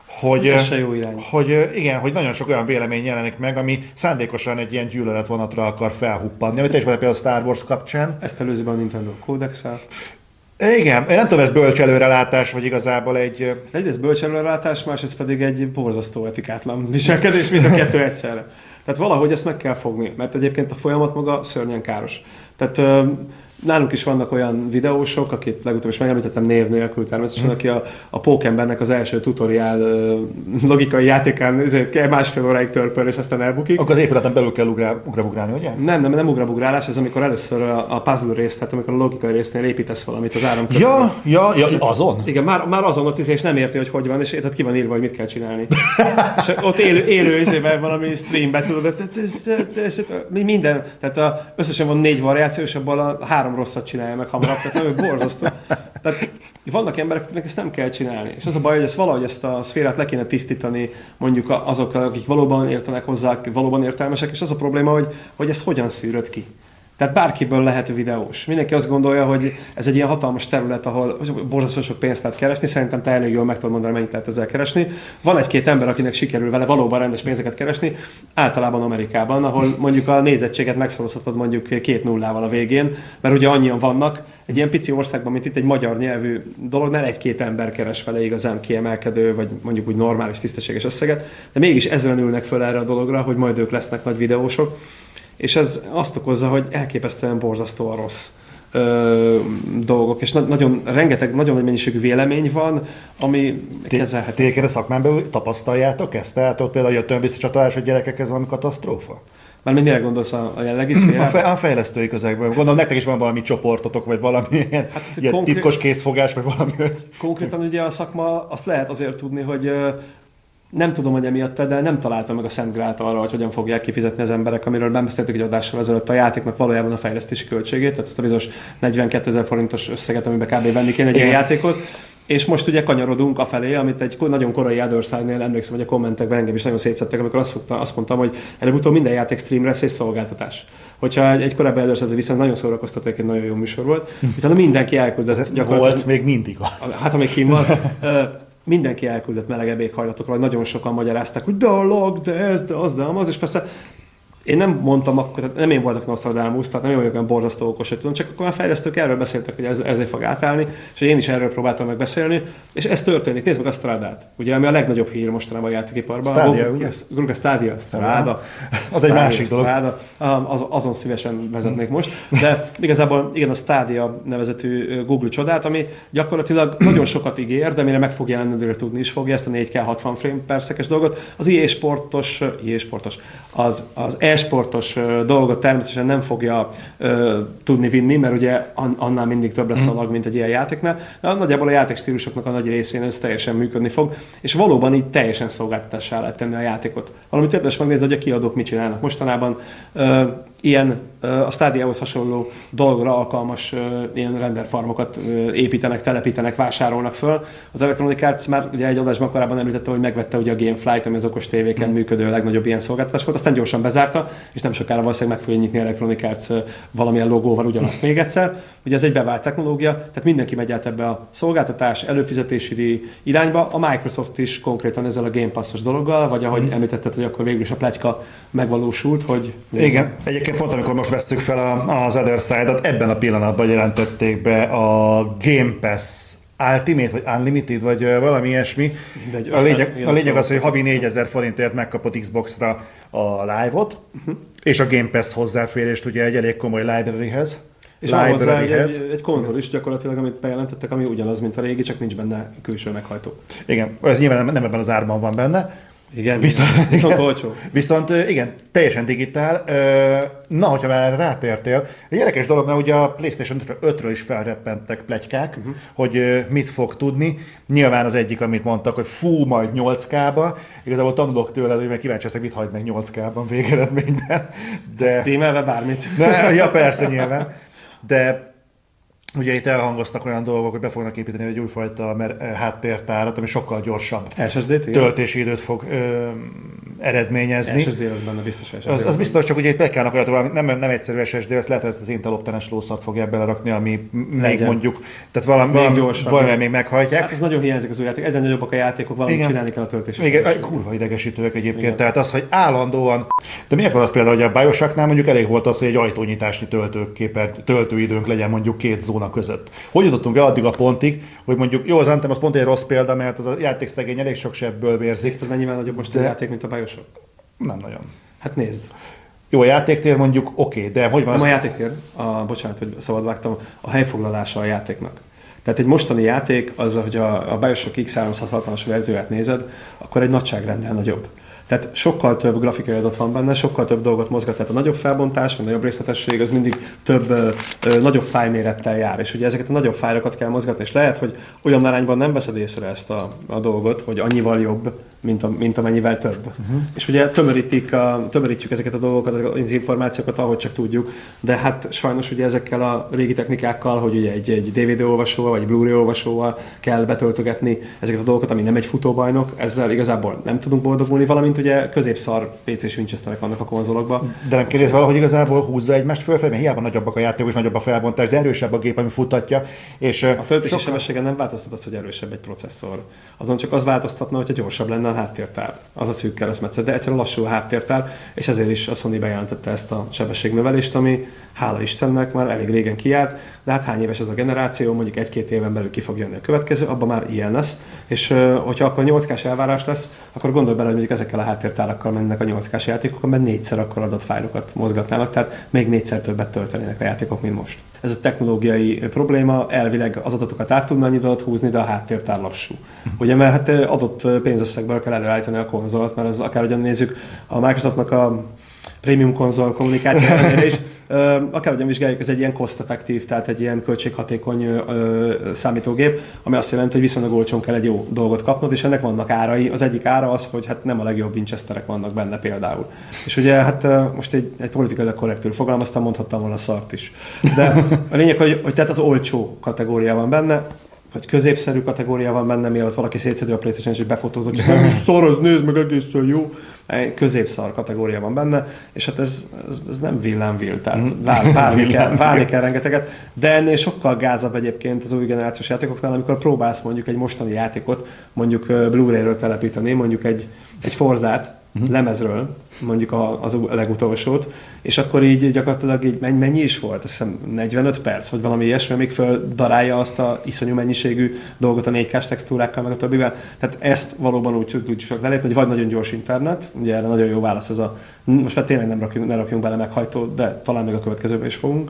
hogy nagyon sok olyan vélemény jelenik meg, ami szándékosan egy ilyen gyűlöletvonatra akar felhuppanni. Amit is például a Star Wars kapcsán. Ezt előzi be a Nintendo Codex-el. Igen, én nem tudom, ez bölcs előrelátás, vagy igazából egy... Egyrészt bölcs előrelátás, másrészt pedig egy borzasztó etikátlan viselkedés, mind a kettő egyszerre. Tehát valahogy ezt meg kell fogni, mert egyébként a folyamat maga szörnyen káros. Tehát nálunk is vannak olyan videósok, akit legutóbb is megemlítettem név nélkül természetesen, aki a Pokémonnek az első tutoriál logikai játékán másfél óráig törpöl, és aztán elbukik. Akkor az épületen belül kell ugrálni, ugye? Nem ugrabugrálás, ez amikor először a puzzle részt, tehát amikor a logikai résznél építesz valamit az áramkörben. Ja, azon? Igen, már azon ott és nem érti, hogy van, és tehát ki van írva, hogy mit kell csinálni. És ott élő izével valami streambe, tudod, minden, tehát összesen van 4 variáció, és abban a 3 rosszat csinálja meg hamarabb, tehát borzasztó. Tehát vannak emberek, akiknek ezt nem kell csinálni. És az a baj, hogy valahogy ezt a szférát le kéne tisztítani mondjuk azokkal, akik valóban értenek hozzá, valóban értelmesek, és az a probléma, hogy ezt hogyan szűröd ki. Tehát bárkiből lehet videós. Mindenki azt gondolja, hogy ez egy ilyen hatalmas terület, ahol borzasztó sok pénzt lehet keresni. Szerintem te elég jól meg tudod mondani, mennyit lehet ezzel keresni. Van egy-két ember, akinek sikerül vele valóban rendes pénzeket keresni, általában Amerikában, ahol mondjuk a nézettséget megszorozhatod mondjuk 2-0-val a végén, mert ugye annyian vannak. Egy ilyen pici országban, mint itt egy magyar nyelvű dolognál, 1-2 ember keres vele igazán kiemelkedő, vagy mondjuk úgy normális, tisztességes összeget, de mégis ezren ülnek föl erre a dologra, hogy majd ők lesznek nagy videósok. És ez azt okozza, hogy elképesztően borzasztóan rossz dolgok, és nagyon nagy mennyiségű vélemény van, ami kezelhető. Tényleg a szakmán belül tapasztaljátok ezt? Tehát ott például jött visszacsatolás, hogy gyerekekhez valami katasztrófa? Mármint mire gondolsz a jelenlegi szférát? A fejlesztői közegben. Gondolom, nektek is van valami csoportotok, vagy valami ilyen titkos készfogás, vagy valami. Konkrétan ugye a szakma azt lehet azért tudni, hogy nem tudom, hogy emiatt, de nem találtam meg a Szent Grált arra, hogy hogyan fogják kifizetni az emberek, amiről nem beszéltük egy adással ezelőtt a játéknak valójában a fejlesztési költségét, tehát ezt a bizonyos 42 000 forintos összeget, amiben kb. Venni kéne egy ilyen játékot. És most ugye kanyarodunk afelé, amit egy nagyon korai Other Side-nél emlékszem, hogy a kommentekben engem is nagyon szétszettek, amikor azt mondtam, hogy előbb-utóbb minden játék stream lesz és szolgáltatás. Hogyha egy korábbi Other Side viszont nagyon szórakoztató, egy nagyon jó műsor volt, utána mindenki elküldött gyakorlatilag. Volt, még mindig az. Hát amíg kim van. Mindenki elküldött melegebb éghajlatokra, vagy nagyon sokan magyarázták, hogy de a lag, de ez, de az, de az, és persze én nem mondtam akkor, tehát nem én voltak Nostradamus, tehát nem én vagyok olyan borzasztó okos, hogy tudom, csak akkor a fejlesztők erről beszéltek, hogy ezért fog átállni, és én is erről próbáltam meg beszélni, és ez történik. Nézd meg a Stradát, ugye, ami a legnagyobb hír mostanában a játékiparban. Stadia, ugye? Strada. Az egy másik dolog. Azon szívesen vezetnék most, de igazából igen, a Stadia nevezetű Google csodát, ami gyakorlatilag nagyon sokat ígér, de mire meg fog jelenni, tudni is fogja ezt a 4K 60 frame per second dolgot. Az az e-sportos dolgot természetesen nem fogja tudni vinni, mert ugye annál mindig több lesz a lag, mint egy ilyen játéknál. Nagyjából a játékstílusoknak a nagy részén ez teljesen működni fog, és valóban így teljesen szolgáltatássá lehet tenni a játékot. Valamit érdemes megnézni, hogy a kiadók mit csinálnak. Mostanában ilyen a Stadiahoz hasonló dologra alkalmas ilyen renderfarmokat építenek, telepítenek, vásárolnak föl. Az Electronic Arts már ugye egy adásban korábban említette, hogy megvette ugye a Gamefly-t, ami az okos tévéken működő legnagyobb ilyen szolgáltatás volt, aztán gyorsan bezárta, és nem sokára valószínűleg meg fogja nyitni Electronic Arts valamilyen logóval ugyanazt még egyszer. Ugye ez egy bevált technológia, tehát mindenki megy át ebbe a szolgáltatás, előfizetési irányba. A Microsoft is konkrétan ezzel a Game Pass-os dologgal, vagy ahogy említetted, hogy akkor végül is a pletyka megvalósult, hogy... Igen, egyébként pont amikor most vesszük fel az Other Side-ot, ebben a pillanatban jelentették be a Game Pass Ultimate, vagy Unlimited, vagy valami ilyesmi. A lényeg az, hogy havi 4000 forintért megkapod Xbox-ra a Live-ot, és a Game Pass hozzáférést ugye egy elég komoly libraryhez. És van hozzá egy konzol is gyakorlatilag, amit bejelentettek, ami ugyanaz, mint a régi, csak nincs benne külső meghajtó. Igen, ez nyilván nem ebben az árban van benne. Igen, viszont olcsó. Viszont igen, teljesen digitál. Na, hogyha már rátértél, egy érdekes dolog, mert ugye a PlayStation 5-ről is felreppentek pletykák, hogy mit fog tudni. Nyilván az egyik, amit mondtak, hogy fú, majd 8K-ba. Igazából tanulok tőled, hogy meg kíváncsi leszek, mit hagyd meg 8K-ban végeredményben. De... Streamelve bármit. Ja, persze, nyilván. De ugye itt elhangoztak olyan dolgok, hogy be fognak építeni egy újfajta háttértárat, ami sokkal gyorsabb töltési időt fog eredményezni. SSD az benne biztos. Az biztos, csak ugye itt pekkának olyat, nem egyszerű SSD, ezt lehet, hogy ezt az Intel Optenes lószat fogják belerakni, ami még mondjuk, tehát valami még meghajtják. Hát ez nagyon hiányzik az új játék, egyre nagyobbak a játékok, valamit csinálni kell a töltési. Igen, kurva idegesítőek egyébként, igen. Tehát az, hogy állandóan, de miért van az például, hogy a BioShocknál mondjuk elég volt az, hogy egy ajtónyitásnyi töltőidőnk legyen mondjuk 2 zóna között. Hogy jutottunk el addig a pontig, hogy mondjuk, jó, az Anthem az pont egy rossz példa, mert az a játék szegény elég sok sebből vérzik. Nézted, mennyivel nagyobb most a játék, mint a BioShock? Nem nagyon. Hát nézd. Jó, a játéktér mondjuk oké, de hogy van nem az... a játéktér, bocsánat, hogy szabad vágtam, a helyfoglalása a játéknak. Tehát egy mostani játék, az, hogy a BioShock X360-as verzióját nézed, akkor egy nagyságrendel nagyobb. Tehát sokkal több grafikai adat van benne, sokkal több dolgot mozgat, tehát a nagyobb felbontás, vagy nagyobb részletesség, az mindig nagyobb fájlmérettel jár, és ugye ezeket a nagyobb fájlokat kell mozgatni, és lehet, hogy olyan arányban nem veszed észre ezt a dolgot, hogy annyival jobb, mint amennyivel több. És ugye tömörítjük ezeket a dolgokat, az információkat, ahogy csak tudjuk, de hát sajnos ugye ezekkel a régi technikákkal, hogy ugye egy DVD olvasóval, vagy Blu-ray olvasóval kell betöltögetni ezeket a dolgokat, ami nem egy futóbajnok, ezzel igazából nem tudunk boldogulni, valamint ugye középszar PC-s Winchesterek vannak a konzolokban. De nem kérdez valahogy igazából húzza egymást fölfelé, mert hiába nagyobbak a játékok és nagyobb a felbontás, de erősebb a gép, ami futtatja. És a töltési sebességen nem változtat az, hogy erősebb egy processzor. Azon csak az változtatna, hogyha gyorsabb lenne a háttértár. Az a szűk keresztmetszet, de egyszerűen lassú a háttértár, és ezért is a Sony bejelentette ezt a sebességnövelést, ami hála Istennek már elég régen kijárt, de hát hány éves ez a generáció, mondjuk 1-2 éven belül ki fog jönni a következő, abban már ilyen lesz. És hogyha akkor 8K-s elvárás lesz, akkor gondolj bele, hogy mondjuk ezekkel a háttértárakkal mennek a 8K-s játékok, mert 4-szer akkor adatfájlokat mozgatnának, tehát még 4-szer többet töltenének a játékok, mint most. Ez a technológiai probléma, elvileg az adatokat át tudna annyi adat húzni, de a háttértár lassú. Ugye, mert hát adott pénzösszegből kell előállítani a konzolt, mert ez akárhogyan nézzük, a Microsoftnak a prémium konzol kommunikációra is, akárhogyan vizsgáljuk, ez egy ilyen cost-effektív, tehát egy ilyen költséghatékony számítógép, ami azt jelenti, hogy viszonylag olcsón kell egy jó dolgot kapnod, és ennek vannak árai. Az egyik ára az, hogy hát nem a legjobb Winchesterek vannak benne például. És ugye hát most egy politikailag korrektül fogalmaztam, mondhattam volna szart is. De a lényeg, hogy tehát az olcsó kategória van benne, vagy középszerű kategória van benne, mielőtt valaki szétszedi a PlayStation-t és befotózott, és nem is szar, az nézd meg egészen jó. Középszar kategória van benne, és hát ez nem villámvill, tehát várni kell rengeteget, de ennél sokkal gázabb egyébként az új generációs játékoknál, amikor próbálsz mondjuk egy mostani játékot, mondjuk Blu-ray-ről telepíteni, mondjuk egy Forzát, lemezről, mondjuk a legutolsót, és akkor így gyakorlatilag így mennyi is volt? Azt hiszem 45 perc, vagy valami ilyesmi, amíg földarálja azt a iszonyú mennyiségű dolgot a 4K-s textúrákkal, meg a többivel. Tehát ezt valóban úgy csak lelépni, hogy vagy nagyon gyors internet, ugye erre nagyon jó válasz ez most már tényleg ne rakjunk bele meghajtó, de talán még a következőben is fogunk.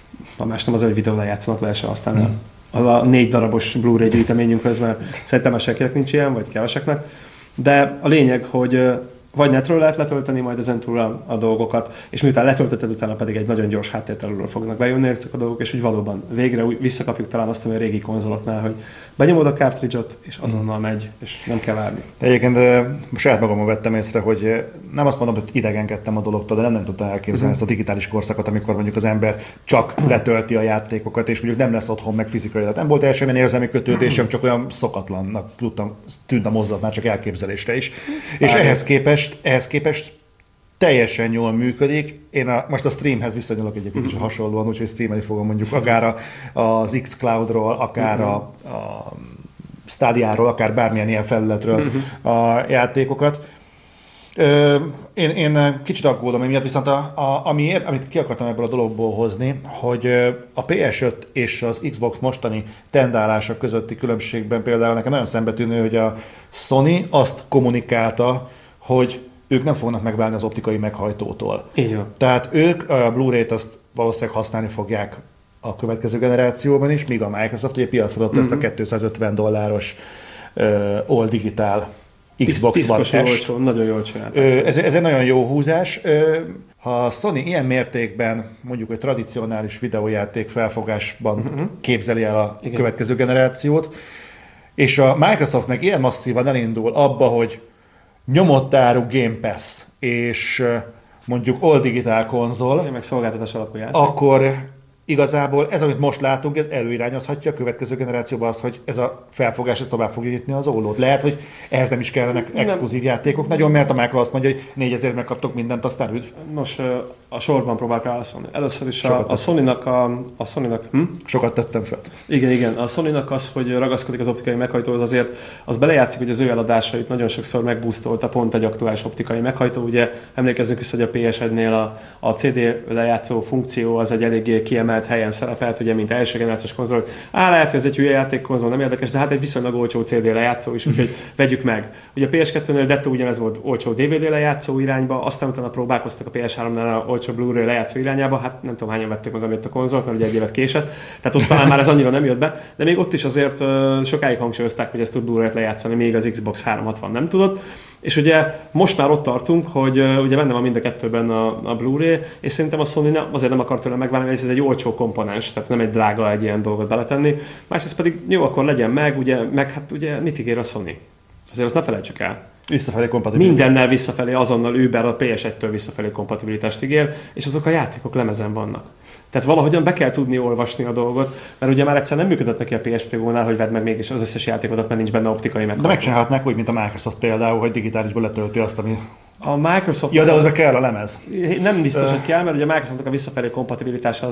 A más nem az, hogy videó lejátszanak leesen, aztán a 4 darabos Blu-ray gyűjteményünk közben szerintem senkinek nincs ilyen, vagy keveseknek. De a lényeg, hogy vagy netről lehet letölteni majd ezentúl a dolgokat, és miután letöltötted, utána pedig egy nagyon gyors háttértelülről fognak bejönni ezek a dolgok, és úgy valóban végre visszakapjuk talán azt, ami a régi konzoloknál, hogy benyomod a cartridge-ot, és azonnal megy, és nem kell várni. Egyébként saját magamon vettem észre, hogy nem azt mondom, hogy idegenkedtem a dologtól, de nem tudtam elképzelni ezt a digitális korszakot, amikor mondjuk az ember csak letölti a játékokat, és mondjuk nem lesz otthon meg fizikai. Nem volt első érzelmi kötődésem, csak olyan szokatlannak tűnt a mozdulat, már csak elképzelésre is. És ehhez képest teljesen jól működik. Én most a streamhez viszonyulok egyébként is hasonlóan, úgyhogy streamelni fogom mondjuk akár az xCloud-ról, akár a Stadia-ról, akár bármilyen ilyen felületről a játékokat. Én kicsit aggódom emiatt, viszont amit ki akartam ebből a dologból hozni, hogy a PS5 és az Xbox mostani tendálása közötti különbségben például nekem nagyon szembetűnő, hogy a Sony azt kommunikálta, hogy ők nem fognak megválni az optikai meghajtótól. Így van. Tehát ők a Blu-ray-t azt valószínűleg használni fogják a következő generációban is, míg a Microsoft ugye piacra adta ezt a $250 all digital Xbox One S. Nagyon jól csinált. Ez egy nagyon jó húzás. Ha a Sony ilyen mértékben mondjuk egy tradicionális videójáték felfogásban képzeli el a következő generációt, és a Microsoft meg ilyen masszívan elindul abba, hogy nyomott áru Game Pass, és mondjuk all digital konzol, meg szolgáltatás alapú játék, akkor igazából ez, amit most látunk, ez előirányozhatja a következő generációban az, hogy ez a felfogás ez tovább fogja nyitni az ollót. Lehet, hogy ehhez nem is kellenek exkluzív játékok nagyon, mert a Microsoft azt mondja, hogy 4000 megkaptok mindent, aztán üdv. Nos, a sorban próbálok válaszolni. Először is a Sony-nak Sokat tettem fel. Igen. A Sony-nak az, hogy ragaszkodik az optikai meghajtóhoz, azért az belejátszik, hogy az ő eladásait nagyon sokszor megboostolta pont egy aktuális optikai meghajtó. Ugye emlékezzünk vissza, hogy a PS1-nél a CD lejátszó funkció az egy eléggé kiemelt helyen szerepelt, ugye, mint első generációs konzol. Lehet, hogy ez egy hülye játékkonzol, nem érdekes, de hát egy viszonylag olcsó CD lejátszó is, úgyhogy vegyük meg. Ugye a PS2-nél dettó ugyanez volt olcsó DVD lejátszó irányba, aztán utána próbálkoztak a PS3-nál olcsó Blu-ray lejátszó irányába, hát nem tudom hányan vették meg amiatt a konzolt, mert ugye egy évet késett, tehát ott talán már ez annyira nem jött be, de még ott is azért sokáig hangsúlyozták, hogy ezt tud Blu-ray-t lejátszani, még az Xbox 360 nem tudott. És ugye most már ott tartunk, hogy ugye benne van mind a kettőben a Blu-ray, és szerintem a Sony azért nem akar tőle megválni, mert ez egy olcsó komponens, tehát nem egy drága egy ilyen dolgot beletenni. Másrészt pedig jó, akkor legyen meg hát ugye mit ígér a Sony? Azért azt ne felejtsük el. Visszafelé kompatibilitás. Mindennel visszafelé, azonnal Uber a PS1-től visszafelé kompatibilitást ígér, és azok a játékok lemezen vannak. Tehát valahogyan be kell tudni olvasni a dolgot, mert ugye már egyszer nem működött neki a PS Pro-nál, hogy vedd meg mégis az összes játékodat, mert nincs benne optikai meghajtó. De megcsinálhatnák úgy, mint a Microsoft például, hogy digitálisból letölti azt, ami... A Microsoft... Ja, de az kell a lemez. Nem biztos, hogy kell, mert ugye a Microsoftnak a visszafelé kompatibilitása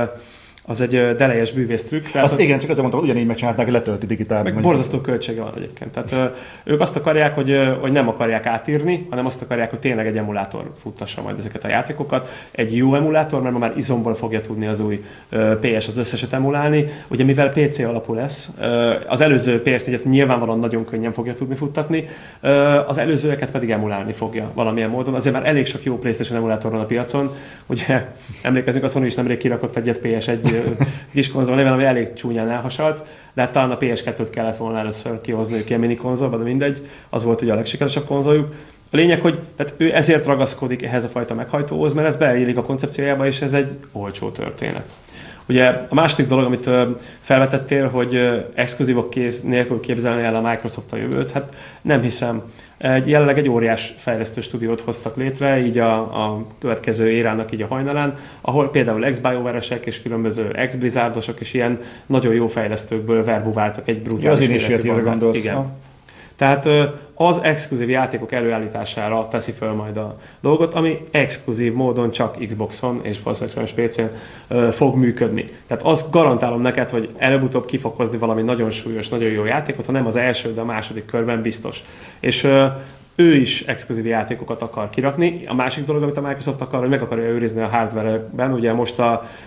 az egy delejes bűvésztrükk. Azt igen, csak azért mondtam, hogy ugyanígy megcsinálták, hogy letölti digitálban. Meg borzasztó költsége van egyébként. Tehát ők azt akarják, hogy nem akarják átírni, hanem azt akarják, hogy tényleg egy emulátor futtassa majd ezeket a játékokat. Egy jó emulátor, mert ma már izomból fogja tudni az új PS az összeset emulálni. Ugye mivel PC alapú lesz, az előző PS4-et nyilvánvalóan nagyon könnyen fogja tudni futtatni, az előzőeket pedig emulálni fogja valamilyen módon. Azért már elég sok jó PlayStation emulátor van a piacon. Ugye emlékezünk, a Sony is nemrég kirakott egyet PS1 kis konzol néven, ami elég csúnyán elhasalt, de hát talán a PS2-t kellett volna először kihozni ilyen mini konzolba, de mindegy, az volt ugye a legsikeresebb konzoljuk. A lényeg, hogy tehát ő ezért ragaszkodik ehhez a fajta meghajtóhoz, mert ez beillik a koncepciójába, és ez egy olcsó történet. Ugye a második dolog, amit felvetettél, hogy exkluzívok nélkül képzelni el a Microsoft a jövőt, hát nem hiszem. Jelenleg egy óriás fejlesztő stúdiót hoztak létre, így a következő érának így a hajnalán, ahol például ex-BioWare-esek és különböző ex-Blizzardosok és ilyen nagyon jó fejlesztőkből verbuváltak egy brutális életű gondolsz. Igen. Tehát az exkluzív játékok előállítására teszi föl majd a dolgot, ami exkluzív módon csak Xboxon és valószínűleg PC-n fog működni. Tehát azt garantálom neked, hogy előbb-utóbb ki fog hozni valami nagyon súlyos, nagyon jó játékot, ha nem az első, de a második körben biztos. És ő is exkluzív játékokat akar kirakni. A másik dolog, amit a Microsoft akar, hogy meg akarja őrizni a hardware-ben. Ugye most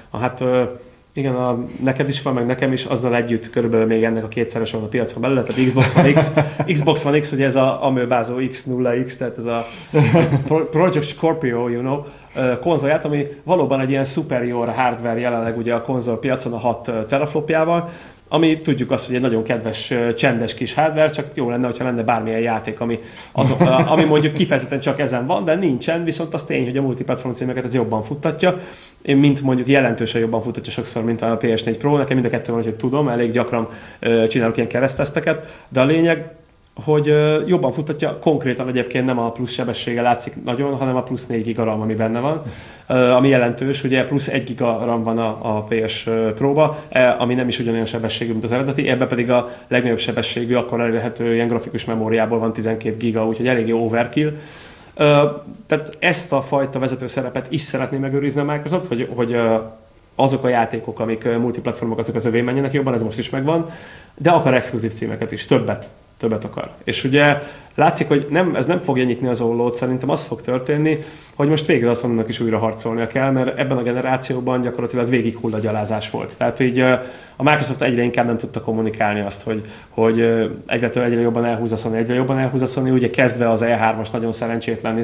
igen, neked is van, meg nekem is, azzal együtt körülbelül még ennek a kétszeres van a piacon belőle, tehát Xbox One X, ugye ez a amöbázó X0X, tehát ez a Project Scorpio, konzolját, ami valóban egy ilyen superior hardware jelenleg ugye a konzolpiacon a 6 teraflopjával, ami tudjuk azt, hogy egy nagyon kedves, csendes kis hardware, csak jó lenne, hogyha lenne bármilyen játék, ami mondjuk kifejezetten csak ezen van, de nincsen, viszont az tény, hogy a multiplatform címeket ez jobban futtatja, mint mondjuk jelentősen jobban futtatja sokszor, mint a PS4 Pro, nekem mind a kettő van, hogy tudom, elég gyakran csinálok ilyen kereszteszteket, de a lényeg, hogy jobban futtatja, konkrétan egyébként nem a plusz sebessége látszik nagyon, hanem a plusz 4 GB RAM, ami benne van, ami jelentős, ugye plusz 1 GB RAM van a PS Pro-ba, ami nem is ugyanolyan sebességű, mint az eredeti, ebben pedig a legnagyobb sebességű, akkor elérhető ilyen grafikus memóriából van 12 GB, úgyhogy eléggé overkill. Tehát ezt a fajta vezető szerepet is szeretné megőrizni a Microsoft, hogy azok a játékok, amik multiplatformok, azok az övé menjenek jobban, ez most is megvan, de akar exkluzív címeket is, többet akar. És ugye látszik, hogy ez nem fogja nyitni az ollót, szerintem az fog történni, hogy most végre azt mondanak is újra harcolnia kell, mert ebben a generációban gyakorlatilag végig hullagyalázás volt. Tehát így a Microsoft egyre inkább nem tudta kommunikálni azt, hogy egyre jobban elhúz a Sony, ugye kezdve az E3-as nagyon szerencsétlen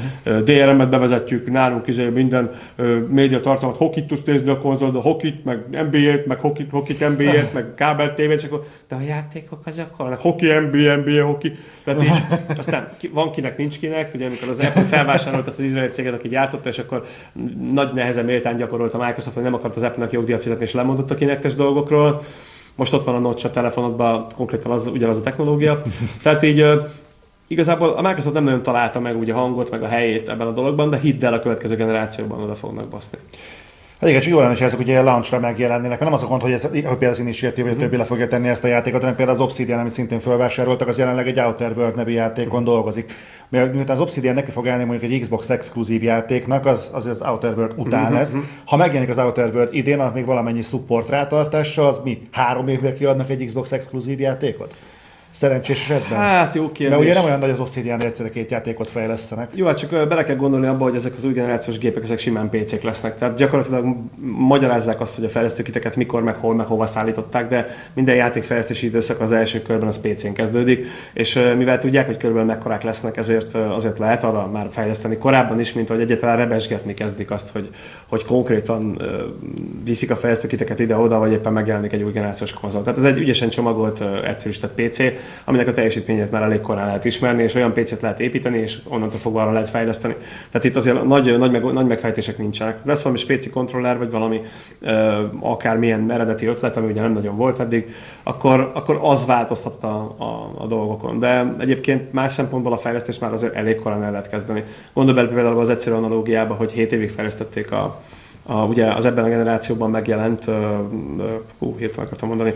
DRM-et bevezetjük, nálunk minden média tartalmat, hokit tudsz nézni a konzol, de hokit, meg NBA-t, meg hokit NBA-t, meg kábel tévét, csak de a játékok azok akarnak, hoki NBA, hoki. Tehát így, aztán van kinek, nincs kinek, ugye amikor az Apple felvásárolt ezt az izraeli céget, aki gyártotta, és akkor nagy nehezen méltán gyakorolt a Microsoft, hogy nem akart az Apple-nek jogdíjat fizetni, és lemondott a kinektes dolgokról. Most ott van a Notch a telefonodban, konkrétan ugyanaz a technológia. Tehát így igazából a Microsoft nem nagyon találta meg úgy a hangot, meg a helyét ebben a dologban, de hidd el, a következő generációban oda fognak baszni. Hát igen, csak jó lenne, hogyha ezek ugye launchra megjelennének, mert nem az a gond, hogy például az Initiative vagy többi le fogja tenni ezt a játékot, hanem például az Obsidian, amit szintén felvásároltak, az jelenleg egy Outer World nevű játékon dolgozik. Mert miután az Obsidian neki fog állni mondjuk egy Xbox exkluzív játéknak, az Outer World után lesz. Ha megjelenik az Outer World idén, az még valamennyi support rátartással, az mi 3 évvel kiadnak egy Xbox exkluzív játékot? Szerencsés esetben? Hát jó kérdés. Mert ugye nem olyan nagy az Obsidian, egyszerre 2 játékot fejlesztenek. Jó, hát csak bele kell gondolni abba, hogy ezek az új generációs gépek, ezek simán PC-k lesznek. Tehát gyakorlatilag magyarázzák azt, hogy a fejlesztőkiteket mikor, meg hol, meg hova szállították, de minden játékfejlesztési időszak az első körben az PC-n kezdődik, és mivel tudják, hogy körülbelül mekkorák lesznek, azért lehet arra már fejleszteni korábban is, mint hogy egyáltalán rebesgetni kezdik azt, hogy konkrétan viszik a fejlesztőkiteket ide-oda, vagy éppen megjelenik egy új generációs konzol. Tehát ez egy ügyesen csomagolt, egyszerűsített PC, aminek a teljesítményét már elég korán lehet ismerni, és olyan PC-t lehet építeni, és onnantól fogva arra lehet fejleszteni. Tehát itt azért nagy megfejtések nincsenek. Lesz valami spéci kontroller, vagy valami akármilyen eredeti ötlet, ami ugye nem nagyon volt eddig, akkor az változtat a dolgokon. De egyébként más szempontból a fejlesztés már azért elég korán el lehet kezdeni. Gondolj bele például az egyszerű analógiába, hogy 7 évig fejlesztették ugye az ebben a generációban megjelent, hirtelen akartam mondani,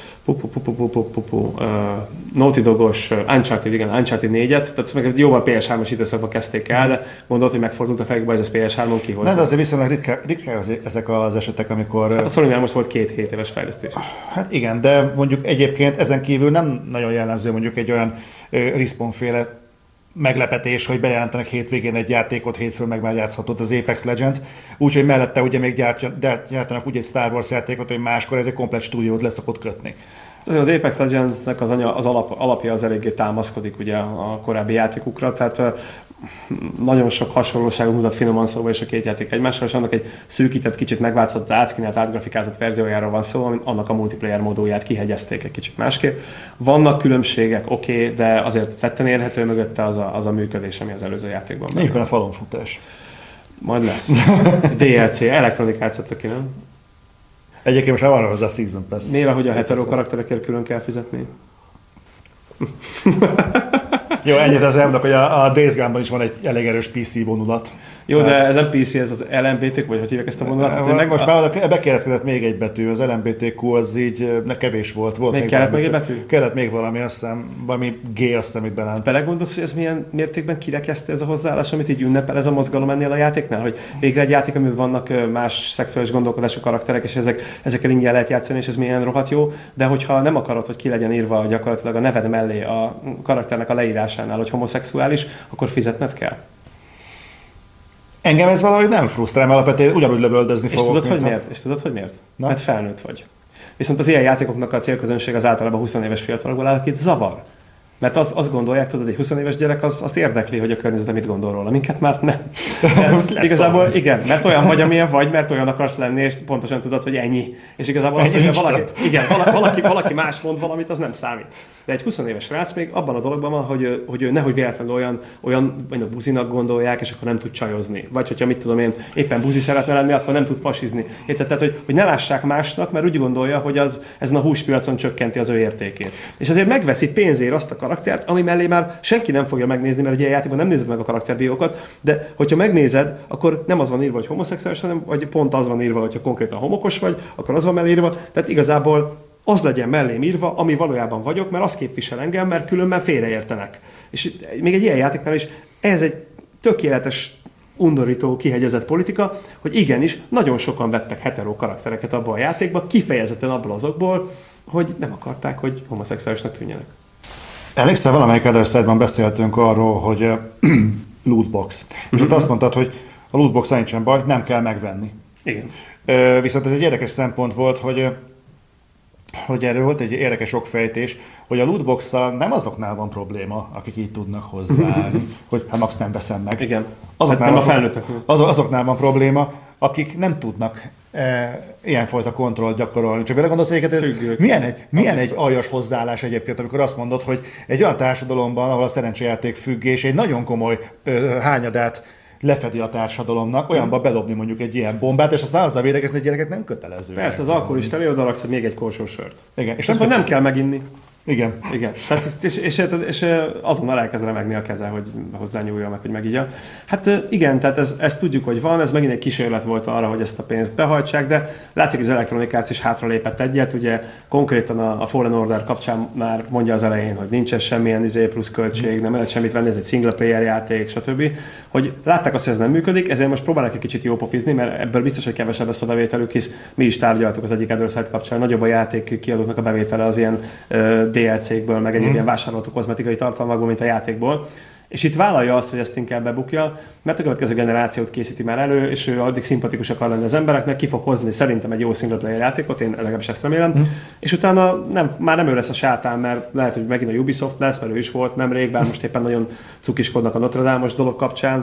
Naughty Dogos Uncharted 4-et, tehát ezt meg jóval PS3-as időszakban kezdték el, de gondolod, hogy megfordult a fejükbe, ez a PS3-on kihozza. De azért viszonylag ritkák ezek az esetek, amikor... Hát a Sony-nál most volt 2 7 éves fejlesztés is. Hát igen, de mondjuk egyébként ezen kívül nem nagyon jellemző mondjuk egy olyan Respawn-féle meglepetés, hogy bejelentenek hétvégén egy játékot, hétfőn meg már játszhatott az Apex Legends, úgyhogy mellette ugye még gyártanak úgy egy Star Wars játékot, hogy máskor ez egy komplett stúdiót le szokott kötni. Az Apex Legends-nek az alapja az eléggé támaszkodik ugye a korábbi játékukra, tehát nagyon sok hasonlóságot mutat finoman szóval is a 2 játék egymással, és annak egy szűkített, kicsit megváltozott, átszkinált, átgrafikázott verziójáról van szó, annak a multiplayer módóját kihegyezték egy kicsit másképp. Vannak különbségek, oké, de azért tetten érhető mögötte az a működés, ami az előző játékban nincs benne falonfutás. Majd lesz. DLC, Electronic Arts adta ki, nem? Egyébként most már van hozzá Season Pass. Miért, hogy a hetero karakterekért külön kell fizetni? Jó, ennyit az elmondok, hogy a Days Gone-ban is van egy elég erős PC vonulat. Jó, tehát... de ez nem PC, ez az LMBTQ, vagy hogy hívják ezt a vonulatot? Most már bekérdezkedett még egy betű, az LMBTQ az így kevés volt. Még kellett még egy betű? Kellett még valami, azt hiszem, valami G, azt hiszem, itt belent. Belegondolsz, hogy ez milyen mértékben kirekesztő ez a hozzáállás, amit így ünnepel ez a mozgalom ennél a játéknál? Hogy végre egy játék, amiben vannak más szexuális gondolkodású karakterek, és ezekkel ingyen lehet játszani, és ez milyen rohadt jó, de hogyha nem akarod, hogy ki legyen írva gyakorlatilag a neved mellé a karakternek a leírásánál, hogy homoszexuális, akkor fizetned kell. Engem ez valahogy nem frusztrál, mert alapvetően ugyanúgy lövöldözni fogok. És tudod, hogy miért? Na? Mert felnőtt vagy. Viszont az ilyen játékoknak a célközönség az általában 20 éves fiatalokból áll, akit zavar. Mert azt gondolják, tudod, egy 20 éves gyerek azt érdekli, hogy a környezete mit gondol róla. Minket már nem. Igazából igen, mert olyan vagy, amilyen vagy, mert olyan akarsz lenni, és pontosan tudod, hogy ennyi. És igazából az, hogy valaki más mond valamit, az nem számít. De egy 20 éves srác még abban a dologban van, hogy ő nehogy véletlenül olyan vagy a buzinak gondolják, és akkor nem tud csajozni. Vagy hogyha mit tudom én, éppen buzi szeretne lenni, akkor nem tud pasizni. Érted? Tehát, hogy ne lássák másnak, mert úgy gondolja, hogy ezen a húspiacon csökkenti az ő értékét. És azért megveszi pénzért azt a karaktert, ami mellé már senki nem fogja megnézni, mert ugye a játékban nem nézed meg a karakterbiókat, de hogyha megnézed, akkor nem az van írva, hogy homoszexuális, hanem vagy pont az van írva, hogyha konkrétan homokos vagy, akkor az van mellé írva. Tehát igazából az legyen mellém írva, ami valójában vagyok, mert az képvisel engem, mert különben félreértenek. És még egy ilyen játéknál is ez egy tökéletes, undorító, kihegyezett politika, hogy igenis, nagyon sokan vettek hetero karaktereket abba a játékba, kifejezetten abból azokból, hogy nem akarták, hogy homoszexuálisnak tűnjenek. Emlékszel, valamelyik Other beszéltünk arról, hogy lootbox. És ott azt mondtad, hogy a lootbox nincsen baj, nem kell megvenni. Igen. Viszont ez egy érdekes szempont volt, hogy erről volt egy érdekes okfejtés, hogy a lootbox-szal nem azoknál van probléma, akik így tudnak hozzáállni, hogy hát max nem veszem meg. Igen. Azoknál van probléma, akik nem tudnak ilyenfajta kontrollt gyakorolni. Csak belegondolsz egyébként, ez milyen egy aljas hozzáállás egyébként, amikor azt mondod, hogy egy olyan társadalomban, ahol a szerencsejáték függés egy nagyon komoly hányadát lefedi a társadalomnak, olyanba bedobni mondjuk egy ilyen bombát, és aztán azzal védekezni, hogy gyereket nem kötelező. Persze, az alkoholista elé odaraksz még egy korsó sört. Igen. És azt nem kell meginni. Igen. Tehát, és azonnal elkezd remegni a keze, hogy hozzányúlja meg, hogy megigya. Hát igen, tehát ezt tudjuk, hogy van, ez megint egy kísérlet volt arra, hogy ezt a pénzt behajtsák, de látszik, hogy az Electronic Arts is hátralépett egyet, ugye konkrétan a Fallen Order kapcsán már mondja az elején, hogy nincsen semmilyen plusz költség, nem lehet semmit venni, ez egy single player játék, stb. Hogy látták azt, hogy ez nem működik, ezért most próbálnak egy kicsit jópofizni, mert ebből biztos, hogy kevesebb lesz a bevételük, hisz mi is tárgyaltuk az egyik Other Side kapcsán, nagyobb a játék kiadóknak a bevétele az ilyen DLC-kből, meg egyéb ilyen vásárolható kozmetikai tartalmakból, mint a játékból. És itt vállalja azt, hogy ezt inkább bebukja, mert a következő generációt készíti már elő, és ő addig szimpatikus akar lenni az embereknek, ki fog hozni szerintem egy jó single player játékot, én legalábbis ezt remélem, és utána már nem ő lesz a sátán, mert lehet, hogy megint a Ubisoft lesz, mert ő is volt nemrég, bár most éppen nagyon cukiskodnak a Notre Dame-os dolog kapcsán,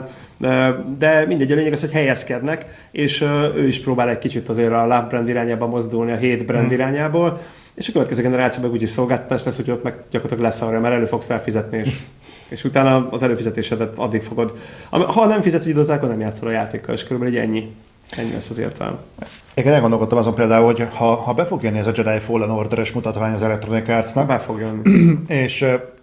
de mindegy, a lényeg az, hogy helyezkednek, és ő is próbál egy kicsit azért a Love brand irányába mozdulni, a Hate brand irányából, és a következő generációban úgyis szolgáltatás lesz, hogy ott meg gyakorlatilag lesz arra, mert elő fogsz elfizetni, és utána az előfizetésedet addig fogod. Ha nem fizetsz egy időt, akkor nem játszol a játékkal, és körülbelül ennyi lesz az értelme. Én elgondolkodtam azon például, hogy ha be fog jönni ez a Jedi Fallen Order-es mutatvány az Electronic Arts-nak. Be fog jönni. És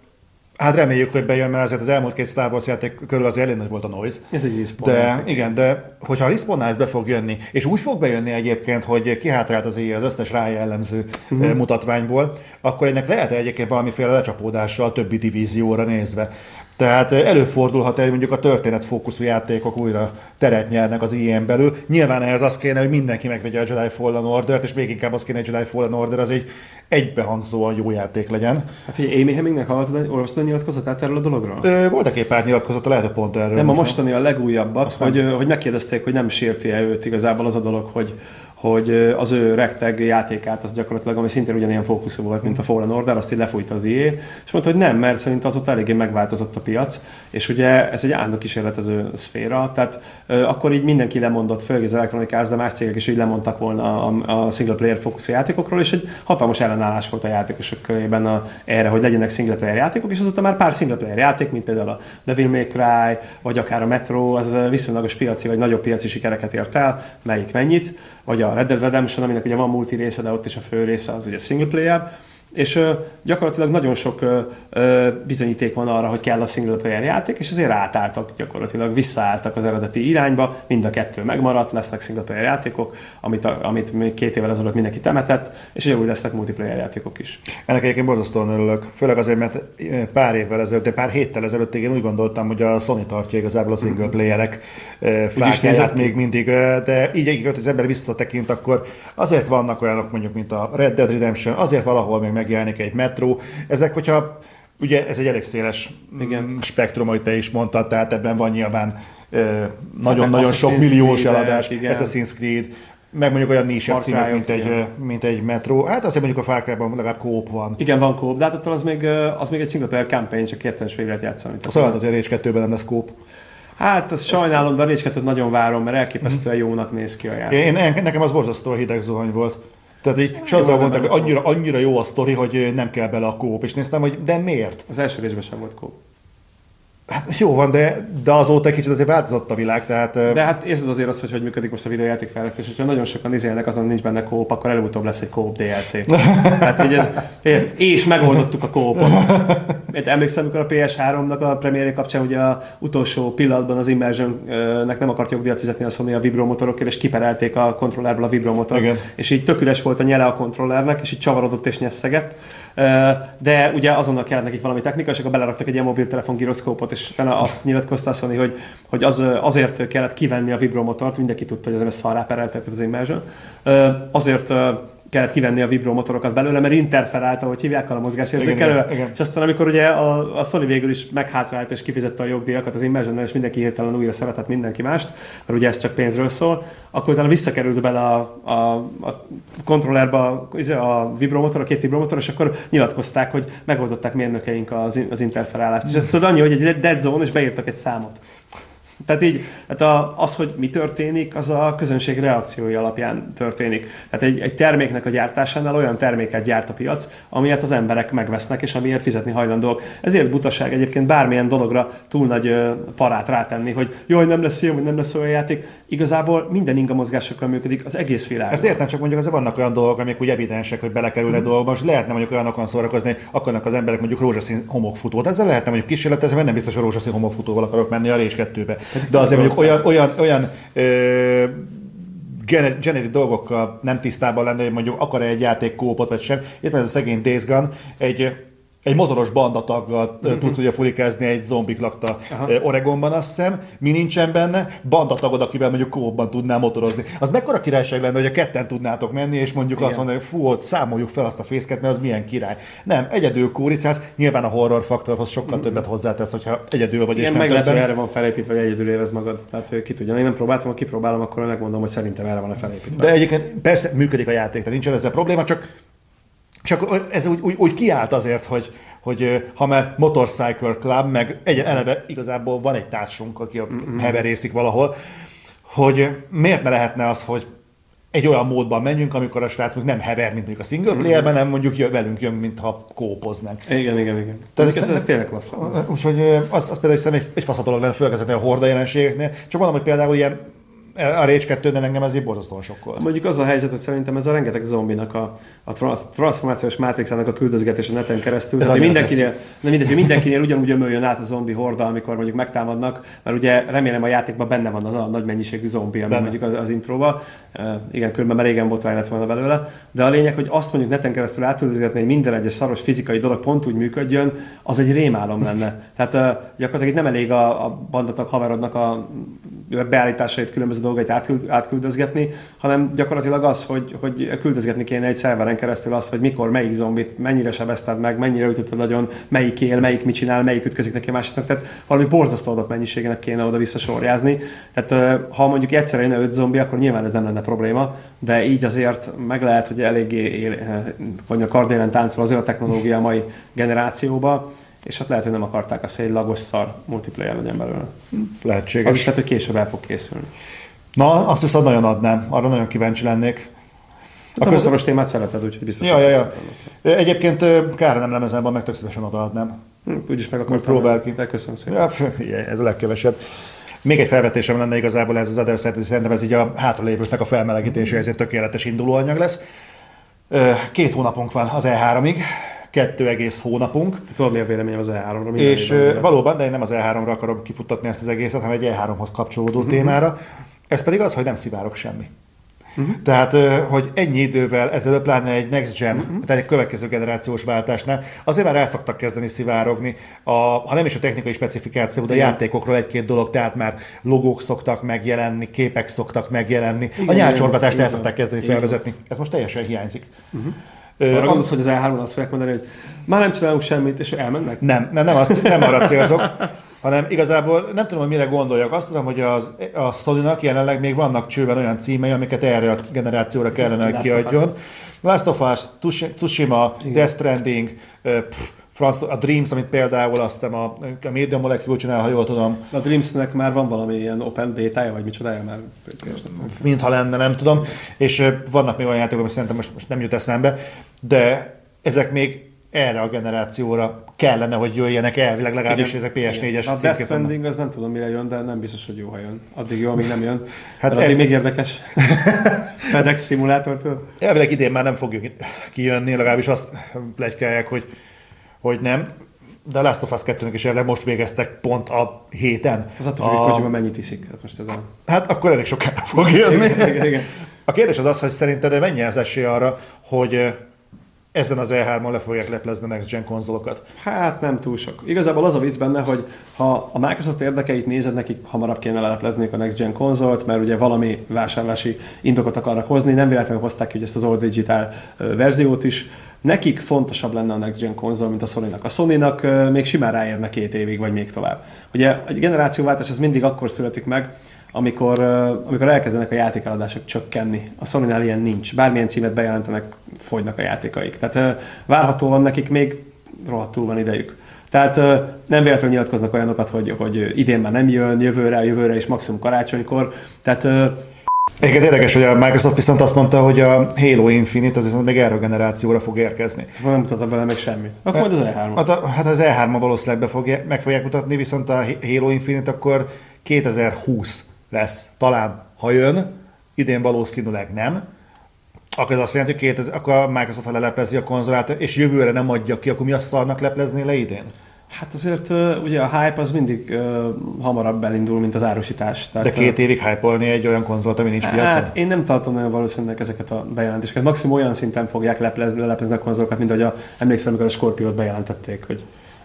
hát reméljük, hogy bejön, mert azért az elmúlt 2 Star Wars játék körül azért elég nagy volt a noise. Ez egy respawn. De hogyha a respawn-nál ez be fog jönni, és úgy fog bejönni egyébként, hogy kihátrált az EA az összes rá jellemző mutatványból, akkor ennek lehet egyébként valamiféle lecsapódással a többi divízióra nézve. Tehát előfordulhat, hogy mondjuk a történetfókuszú játékok újra teret nyernek az EA-n belül. Nyilván ehhez az kéne, hogy mindenki megvegye a Jedi Fallen Ordert, és még inkább az kéne, hogy a Jedi Fallen Order az egy egybehangzóan jó játék legyen. Hát figyelj, Amy Hemmingnek olvastad a nyilatkozatát erről a dologról? Voltak épp pár nyilatkozata, lehet, hogy pont erről. Nem, a mostani a legújabbat, hogy megkérdezték, hogy nem sérti-e őt igazából az a dolog, hogy az ő Recteg játékát, az gyakorlatilag, ami szintén ugyanilyen fókuszú volt, mint a Fallen Order, azt így lefújta az EA, és mondta, hogy nem, mert szerint azóta eléggé megváltozott a piac, és ugye ez egy állandó kísérletező szféra, tehát akkor így mindenki lemondott, főleg az Electronic Arts, de más cégek is így lemondtak volna a single player fókuszú játékokról, és egy hatalmas ellenállás volt a játékosok körében erre, hogy legyenek single player játékok, és azóta már pár single player játék, mint például a Devil May Cry, vagy akár a Metro, az viszonylagos piaci, vagy nagyobb piaci sikereket ért el, melyik mennyit, vagy a Red Dead Redemption, aminek ugye van multi része, de ott is a fő része az ugye single player, és gyakorlatilag nagyon sok bizonyíték van arra, hogy kell a single player játék, és azért átálltak gyakorlatilag, visszaálltak az eredeti irányba, mind a kettő megmaradt, lesznek single player játékok, amit még 2 évvel ezelőtt mindenki temetett, és ugye úgy lesznek multiplayer játékok is. Ennek egyébként borzasztóan örülök, főleg azért, mert pár évvel ezelőtt, de pár héttel ezelőtt én úgy gondoltam, hogy a Sony tartja igazából a single playerek flákját még mindig, de így egyébként, az ember visszatekint, akkor azért vannak olyanok mondjuk, mint a Red Dead Redemption, azért valahol még megjelenik egy Metro. Ezek, hogyha ugye ez egy elég széles spektrum, ahogy te is mondtad, tehát ebben van nyilván nagyon-nagyon sok milliós eladás, Assassin's Creed, Meg mondjuk olyan niche címek, Far mint egy Metro. Hát azért mondjuk a Far Cry-ban legalább co-op van. Igen, van co-op, de hát attól az még egy single player campaign, csak ketten is végre lehet játszani. A szaladat, hogy a Rage 2-ben nem lesz co-op. Hát azt sajnálom, de a Rage 2-t nagyon várom, mert elképesztően jónak néz ki a játék. Nekem az borzasztó hideg zuhany volt. Tehát így, és azzal mondták, hogy annyira jó a sztori, hogy nem kell bele a co-op. És néztem, hogy de miért? Az első részben sem volt co-op. Hát jó van, de azóta egy kicsit azért változott a világ, tehát... De hát érzed azért azt, hogy működik most a videójátékfejlesztés, hogyha nagyon sokan izélnek azon, nincs benne co-op, akkor előbb-utóbb lesz egy co-op DLC. Tehát, hogy és megoldottuk a co-opot. Emlékszem, amikor a PS3-nak a premierje kapcsán ugye az utolsó pillanatban az Immersion-nek nem akart jogdíjat fizetni a Sony a vibromotorokért, és kiperelték a kontrollerből a vibromotor. Igen. És így tök üres volt a nyele a kontrollernek, és így csavarodott és nyeszegett. De ugye azonnal kellett nekik valami technika, és akkor beleraktak egy ilyen mobiltelefon gyroszkópot, és utána azt nyilatkozta a Sony, hogy azért kellett kivenni a vibromotort, mindenki tudta, hogy azért szarrá pereltek az Immersion, azért kellett kivenni a vibromotorokat belőle, mert interferált, ahogy hívják a mozgásérzékelőre. És aztán amikor ugye a Sony végül is meghátrált és kifizette a jogdíjakat az Immersionnel, és mindenki hirtelen újra szeretett mindenki mást, mert ugye ez csak pénzről szól, akkor utána visszakerült bele a kontrollerbe a vibromotor, a két vibromotor, és akkor nyilatkozták, hogy megoldották mérnökeink az interferálást. És ez tudod annyi, hogy egy dead zone, és beírtak egy számot. Tehát így, az, hogy mi történik, az a közönség reakciói alapján történik. Tehát egy terméknek a gyártásánál olyan terméket gyárt a piac, amilyet az emberek megvesznek, és amiért fizetni hajlandók. Ezért butaság egyébként bármilyen dologra túl nagy parát rátenni, hogy jaj, nem lesz ilyen, vagy nem lesz olyan játék. Igazából minden inga mozgásokkal működik az egész világ. Ezt értem, csak mondjuk azért vannak olyan dolgok, amik úgy evidensek, hogy belekerülnek dolgokba, és lehetne mondjuk olyanokon szórakozni, hogy akarnak az emberek mondjuk rózsaszín homokfutót. Ezzel lehetne mondjuk kísérletezni, mert nem biztos, hogy rózsaszín homokfutóval akarok menni a Rage 2-be. De azért mondjuk olyan generic dolgokkal nem tisztában lenni, hogy mondjuk akar egy játék kópot vagy sem. Itt van ez a szegény Days Gone, egy motoros bandataggal tudsz ugye furikázni egy zombik lakta Oregonban, azt hiszem. Mi nincsen benne? Bandatagod, akivel mondjuk kópban tudnál motorozni. Az mekkora királyság lenne, hogy a ketten tudnátok menni, és mondjuk azt mondani, hogy fú, ott számoljuk fel azt a fészket, mert az milyen király. Nem, egyedül kóricász, nyilván a horror faktorhoz sokkal többet hozzátesz, hogyha egyedül vagy. Igen, meg lehet, hogy erre van felépítve, hogy egyedül érez magad. Tehát ki tudja. Én nem próbáltam, ha kipróbálom, akkor megmondom, hogy szerintem erre van felépítve. De egyébként persze működik a játék, tehát nincsen ezzel probléma, csak ez úgy kiállt azért, hogy ha már Motorcycle Club, meg eleve igazából van egy társunk, aki heverészik valahol, hogy miért ne lehetne az, hogy egy olyan módban menjünk, amikor a srác nem hever, mint mondjuk a single playerben, nem mondjuk velünk jön, mintha kópoznánk. Igen. Ez tényleg klassz. Úgyhogy az például hiszem egy fasz dolog lenne fölkezdeni a horda jelenségeknél. Csak mondom, hogy például ilyen a Rage 2-nél engem ez így borzasztóan sokkol. Mondjuk az a helyzet, hogy szerintem ez a rengeteg zombinak a transformációs mátrixának a küldözgetés a neten keresztül. Tehát, hogy mindenkinél ugyanúgy ömöljön át a zombi horda, amikor mondjuk megtámadnak, mert ugye remélem a játékban benne van az a nagy mennyiségű zombi, ami mondjuk az intróban. Igen, különben már régen botrány lett volna belőle. De a lényeg, hogy azt mondjuk neten keresztül átküldözgetni, hogy minden egyes szaros fizikai dolog pont úgy működjön, az egy rémálom lenne. Tehát gyakorlatilag itt nem elég a bandatnak, haverodnak a beállításait, különböző dolgait átküldözgetni, hanem gyakorlatilag az, hogy küldözgetni kéne egy szerveren keresztül azt, hogy mikor, melyik zombit, mennyire sebezted meg, mennyire ütötted nagyon, melyik él, melyik mit csinál, melyik ütközik neki a másiknak. Tehát valami borzasztó adatmennyiségének kéne oda-vissza sorjázni. Tehát ha mondjuk egyszerre jönne 5 zombi, akkor nyilván ez nem lenne probléma, de így azért meg lehet, hogy eléggé a kardélen táncol azért a technológia a mai generációba, és hát lehet, hogy nem akarták azt, hogy egy lagos szar multiplayer legyen belőle. Lehetséges. Az is lehet, hogy később el fog készülni. Na, azt viszont nagyon adnám. Arra nagyon kíváncsi lennék. A motoros témát szereted, úgyhogy biztos. Ja. Egyébként kár nem lemezemben, meg tökéletesen odaadnám. Úgyis meg akartam. Próbáld ki. De köszönöm szépen. Ja, ez a legkevesebb. Még egy felvetésem lenne igazából ez az Other Side, szerintem ez így a hátralévőknek a felmelegítéséhez egy tökéletes indulóanyag lesz. 2 hónapunk van az E3-ig. 2 egész hónapunk. Tudod, mi a véleményem az E3-ra? És valóban, de én nem az E3-ra akarom kifuttatni ezt az egészet, hanem egy E3-hoz kapcsolódó témára. Ez pedig az, hogy nem szivárok semmi. Tehát, hogy ennyi idővel ezelőtt, pláne egy next gen, tehát egy következő generációs váltásnál, azért már el szoktak kezdeni szivárogni, ha nem is a technikai specifikáció, de a játékokról 1-2 dolog, tehát már logók szoktak megjelenni, képek szoktak megjelenni, a nyálcsorgatást el szokták kezdeni felvezetni. Ez most teljesen hiányzik. Arra gondolsz, hogy az E3-on azt fogják mondani, hogy már nem csinálunk semmit, és elmennek? Nem arra célzok, hanem igazából nem tudom, hogy mire gondoljak. Azt tudom, hogy a Sony-nak jelenleg még vannak csőben olyan címei, amiket erre a generációra kellene, hogy kiadjon. Last of Us, Tsushima, Death Stranding, a Dreams, amit például azt hiszem a Media Molecule csinál, ha jól tudom. A Dreamsnek már van valami ilyen open beta-ja, vagy micsodája már? Mintha lenne, nem tudom. És vannak még olyan játékok, amik szerintem most nem jut eszembe, de ezek még erre a generációra kellene, hogy jöjjenek elvileg, legalábbis ezek PS4-es a Death Stranding az nem tudom mire jön, de nem biztos, hogy jó, ha jön. Addig jó, amíg nem jön. Hát addig még érdekes. FedEx szimulátor, tudod? Elvileg idén már nem fogjuk kijönni, legalábbis azt pletykálják, hogy nem. De a Last of Us 2-nek is elvileg most végeztek pont a héten. Az attól függ, hogy Kojima mennyit iszik. Hát akkor elég sokára fog jönni. Igen. A kérdés az, hogy szerinted mennyi az esély arra, hogy ezen az E3-on le fogják leplezni a Next Gen konzolokat? Hát nem túl sok. Igazából az a vicc benne, hogy ha a Microsoft érdekeit nézed, nekik hamarabb kéne leleplezni a Next Gen konzolt, mert ugye valami vásárlási indokot akarnak hozni, nem véletlenül hozták ki ezt az All Digital verziót is. Nekik fontosabb lenne a Next Gen konzol, mint a Sony-nak. A Sony-nak még simán ráérne 2 évig, vagy még tovább. Ugye egy generációváltás ez mindig akkor születik meg, amikor elkezdenek a játékeladások csökkenni. A Sony-nál ilyen nincs. Bármilyen címet bejelentenek, fogynak a játékaik. Tehát várhatóan nekik még rohadtul van idejük. Tehát nem véletlenül nyilatkoznak olyanokat, hogy idén már nem jön, jövőre és maximum karácsonykor. Tehát egyébként érdekes, hogy a Microsoft viszont azt mondta, hogy a Halo Infinite az viszont még erre a generációra fog érkezni. Nem mutatta bele még semmit. Akkor majd az E3. Hát az E3-on valószínűleg meg fogják mutatni, viszont a Halo Infinite akkor 2020 lesz. Talán, ha jön, idén valószínűleg nem. Akkor ez azt jelenti, hogy akkor a Microsoft leleplezi a konzolát, és jövőre nem adja ki, akkor mi a szarnak leplezni le idén? Hát azért ugye a hype az mindig hamarabb elindul, mint az árusítás. Tehát, de 2 évig hype-olni egy olyan konzolt, ami nincs piacon? Hát én nem tartom nagyon valószínűleg ezeket a bejelentéseket. Maximum olyan szinten fogják leleplezni a konzolokat, mint ahogy emlékszem, amikor a Scorpiót bejelentették, hogy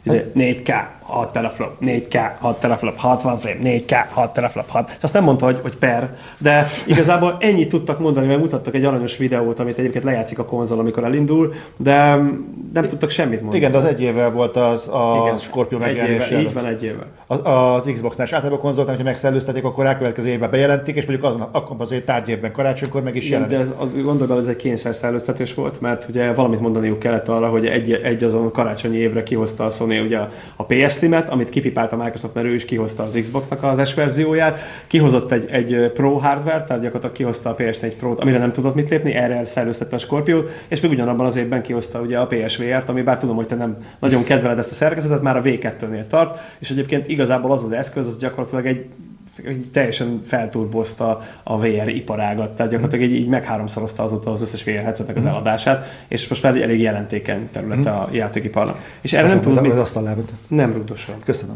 4K, 6 teraflop, 4K, 6 teraflop, 60 frame, 4K, 6 teraflop, 6. És azt nem mondta, hogy per, de igazából ennyit tudtak mondani, mert mutattak egy aranyos videót, amit egyébként lejátszik a konzol, amikor elindul, de nem tudtak semmit mondani. Igen, de az 1 évvel volt a Scorpio megjelenése. Így van, 1 évvel. Az Xbox-nál és általában a konzolt, hogyha megszellőztetik, akkor rákövetkező évben bejelentik, és mondjuk akkor azért tárgyévben karácsonykor meg is jelenik. De gondolom, ez egy kényszer szellőztetés volt, mert ugye valamit mondaniuk kellett arra, hogy egy azon karácsonyi évre kihozta a Sony ugye a PS Slim-et, amit kipipált a Microsoft, mert ő is kihozta az Xbox-nak az S verzióját, kihozott egy Pro hardware, tehát gyakorlatilag kihozta a PS4 Pro-t, amire nem tudott mit lépni, erre szellőztette a Scorpio-t, és még ugyanabban az évben kihozta ugye a PSVR-t, ami bár tudom, hogy te nem nagyon kedveled ezt a szerkezetet, már a V2-nél tart, és egyébként igazából az eszköz, az gyakorlatilag egy teljesen felturbozta a VR iparágat, tehát gyakorlatilag így megháromszorozta azóta az összes VR headsetnek az eladását, és most már egy elég jelentékeny területe a játékiparnak. És erre nem tudod mit... Nem rugdosan. Köszönöm.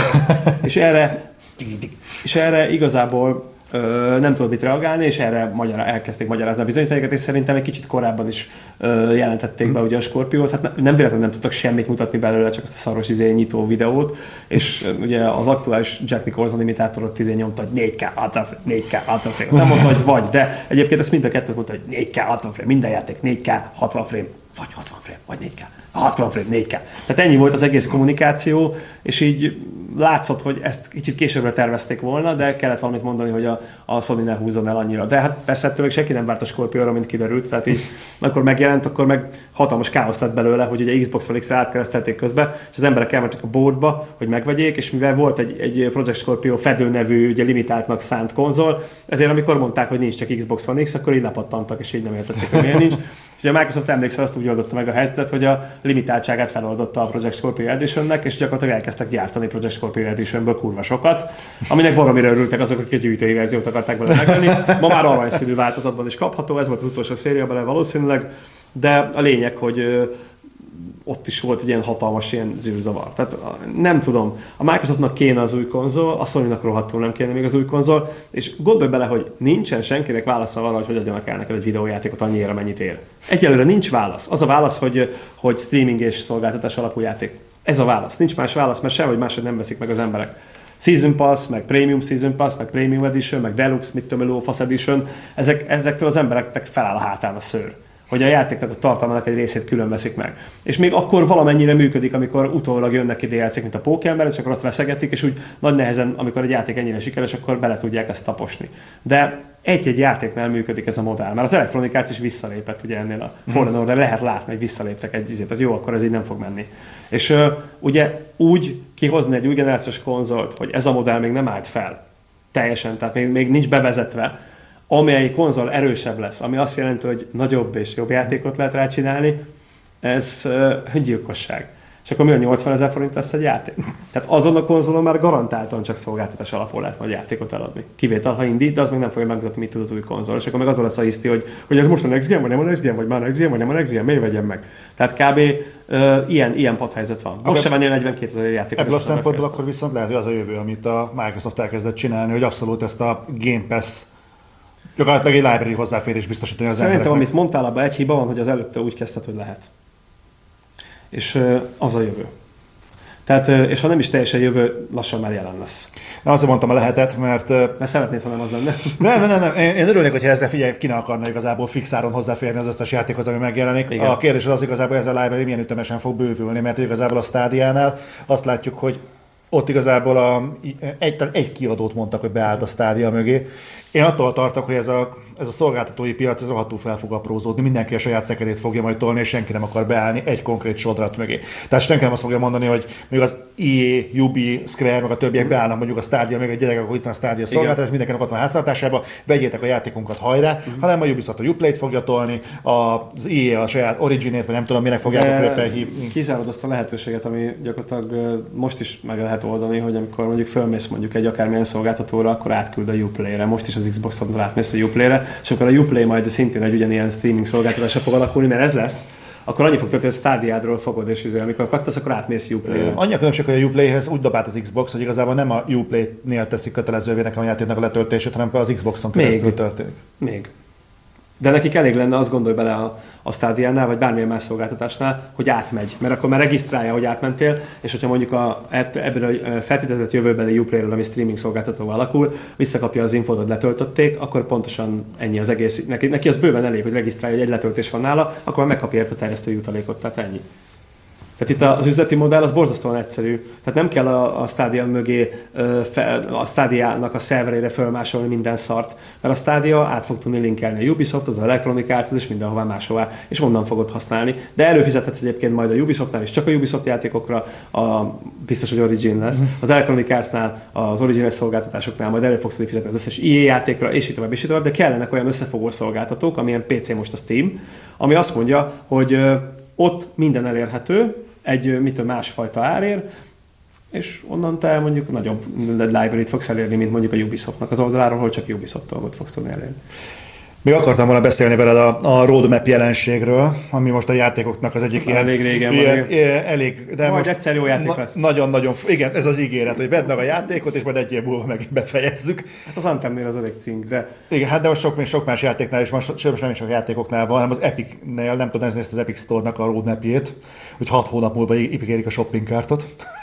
És erre igazából nem tudod mit reagálni, és erre elkezdték magyarázni a bizonyítékokat, és szerintem egy kicsit korábban is jelentették be ugye a Scorpiót. Hát nem véletlenül nem tudtak semmit mutatni belőle, csak azt a szaros nyitó videót, és ugye az aktuális Jack Nicholson imitátorot nyomta, hogy 4K ultraframe, 4K ultraframe. Nem mondta, hogy vagy, de egyébként ezt mind a kettőt mondta, hogy 4K ultraframe, minden játék 4K, 60 frame, vagy 60 frame, vagy 4K. 60 frame, 4K. Tehát ennyi volt az egész kommunikáció, és így látszott, hogy ezt kicsit későbbre tervezték volna, de kellett valamit mondani, hogy a Sony ne húzzon el annyira. De hát persze ettől senki nem várt a Scorpio-ra, mint kiderült, tehát így akkor megjelent, akkor meg hatalmas káosz lett belőle, hogy ugye Xbox-ról X-re átkeresztelték közbe, és az emberek elmentek a boltba, hogy megvegyék, és mivel volt egy Project Scorpio Fedő nevű, ugye limitáltnak szánt konzol, ezért amikor mondták, hogy nincs csak Xbox One X, akkor így lepattantak, és így nem értették, hogy miért nincs. És ugye a Microsoft emlékszel, azt úgy oldotta meg a helyzetet, hogy a limitáltságát feloldotta a Project Scorpio Editionnek, és gyakorlatilag elkezdtek gyártani Project Scorpio Editionből kurva sokat, aminek baromira örültek azok, akik a gyűjtői verziót akarták belőle megvenni. Ma már aranyszínű változatban is kapható, ez volt az utolsó széria bele valószínűleg, de a lényeg, hogy ott is volt egy ilyen hatalmas ilyen zűrzavar. Tehát nem tudom, a Microsoftnak kéne az új konzol, a Sony-nak rohadtul nem kéne még az új konzol, és gondolj bele, hogy nincsen senkinek válasza arra, hogy adjanak el neked egy videójátékot annyira, mennyit ér. Egyelőre nincs válasz. Az a válasz, hogy streaming és szolgáltatás alapú játék. Ez a válasz. Nincs más válasz, mert sehogy máshogy nem veszik meg az emberek. Season Pass, meg Premium Season Pass, meg Premium Edition, meg Deluxe, mit tudom, Fasz Edition, ezektől az embereknek feláll a hátán a szőr. hogy a játéknak a tartalmának egy részét külön veszik meg. És még akkor valamennyire működik, amikor utólag jönnek ki DLC-k, mint a Pokémon, és akkor azt veszegetik, és úgy nagy nehezen, amikor egy játék ennyire sikeres, akkor bele tudják ezt taposni. De egy-egy játéknál működik ez a modell. Mert az Electronic Arts is visszalépett ugye ennél a Fallen Order, lehet látni, hogy visszaléptek egy izét, hogy jó, akkor ez így nem fog menni. És ugye úgy kihozni egy új generációs konzolt, hogy ez a modell még nem állt fel teljesen, tehát még nincs bevezetve, amely konzol erősebb lesz, ami azt jelenti, hogy nagyobb és jobb játékot lehet rá csinálni, ez gyilkosság. És akkor mi a 80 000 forint lesz egy játék? Tehát azon a konzolon már garantáltan csak szolgáltatás alapon lehet majd játékot eladni. Kivétel, ha indít, de az még nem fogja megmutatni, mit tud az új konzol. És akkor meg az lesz a hiszti, hogy ez most a Next Gen, vagy nem a Next Gen, vagy már Next Gen, vagy nem a Next Gen, miért vegyem meg? Tehát kb. Ilyen padhelyzet van. Most sem vennél 42 000 játékot. Ebből a szempontból akkor viszont lehet, hogy az a jövő, amit a Microsoft elkezdett csinálni, hogy abszolút ezt a Game Pass gyakorlatilag egy library hozzáférés biztosítani az embereknek. Szerintem, amit mondtál, abban egy hiba van, hogy az előtte úgy kezdted, hogy lehet. És az a jövő. Tehát, és ha nem is teljesen jövő, lassan már jelen lesz. Na, azért mondtam a lehetet, mert szeretnéd, ha nem az lenne. Nem. Én örülnék, hogyha ezzel figyelj, ki ne akarna igazából fixáron hozzáférni az összes játékhoz, ami megjelenik. Igen. A kérdés az igazából, hogy ez a library milyen ütemesen fog bővülni, mert igazából a Stadiánál azt látjuk, hogy ott igazából egy kiadót mondtak, hogy beállt a Stadia mögé. Én attól tartok, hogy ez a szolgáltatói piac ez rohadtul fel fog aprózódni, mindenki a saját szekerét fogja majd tolni, és senki nem akar beállni egy konkrét sodrat mögé. Tehát senki nem azt fogja mondani, hogy még az EA, Ubi, Square, meg a többiek beállnak mondjuk a Stadia mögé, egy gyerek, akkor itt van a Stadia szolgáltatás, mindenkinek ott van a háztartásába, vegyétek a játékunkat hajrá, hanem a Ubisoft a Uplay-t fogja tolni, az EA a saját Origin-ét, vagy nem tudom, minek fogják hívni. Kizárod azt a lehetőséget, ami gyakorlatilag most is meg lehet oldani, hogy amikor mondjuk fölmész mondjuk egy akármilyen szolgáltatóra, akkor átküld a Uplay-re. Most is az Xbox-on átmész a Uplay-re, és akkor a Uplay majd szintén egy ugyanilyen streaming szolgáltatásra fog alakulni, mert ez lesz, akkor annyi fog történni, hogy a Stadiádról fogod, és amikor kattasz, akkor átmész Uplay-re. Annyi a különbség, hogy a Uplayhez úgy dobált az Xbox, hogy igazából nem a Uplay-nél teszik kötelezővé nekem a játéknak a letöltését, hanem az Xboxon keresztül történik. Még. De nekik elég lenne, azt gondolj bele a Stadiánál, vagy bármilyen más szolgáltatásnál, hogy átmegy. Mert akkor már regisztrálja, hogy átmentél, és hogyha mondjuk ebből a feltételezett jövőbeli Uplay-ről, ami streaming szolgáltatóval alakul, visszakapja az infót, hogy letöltötték, akkor pontosan ennyi az egész. Neki az bőven elég, hogy regisztrálja, hogy egy letöltés van nála, akkor már megkapja érte a terjesztő jutalékot, tehát ennyi. Tehát itt az üzleti modell az borzasztóan egyszerű. Tehát nem kell a Stadia mögé, a Stadia-nak a szerverére fölmásolni minden szart, mert a Stadia át fog tudni linkelni a Ubisoft, az Electronic Arts és mindenhová máshová, és onnan fogod használni. De előfizethetsz egyébként majd a Ubisoftnál is csak a Ubisoft játékokra, biztos, hogy Origin lesz. Az Electronic Artsnál, az Origin szolgáltatásoknál majd elő fogsz tudni fizetni az összes EA játékra, és így tovább, de kellenek olyan összefogó szolgáltatók, amilyen PC most a Steam, ami azt mondja, hogy ott minden elérhető, egy másfajta árér, és onnan te mondjuk nagyobb library-t fogsz elérni, mint mondjuk a Ubisoftnak az oldaláról, hol csak Ubisoft dolgot fogsz tudni elérni. Még akartam volna beszélni veled a roadmap jelenségről, ami most a játékoknak az egyik elég régen elég, de majd most egyszer jó játék lesz. Nagyon, igen, ez az ígéret, hogy vedd meg a játékot, és majd egy év múlva meg befejezzük. Hát az Anthemnél az elég cink, de... Igen, hát de most sok más játéknál is van, sőt, nem is a játékoknál van, hanem az Epicnél, nem tudom nézni ezt az Epic Store-nak a roadmapjét, hogy 6 hónap múlva ígérik a shopping kártot.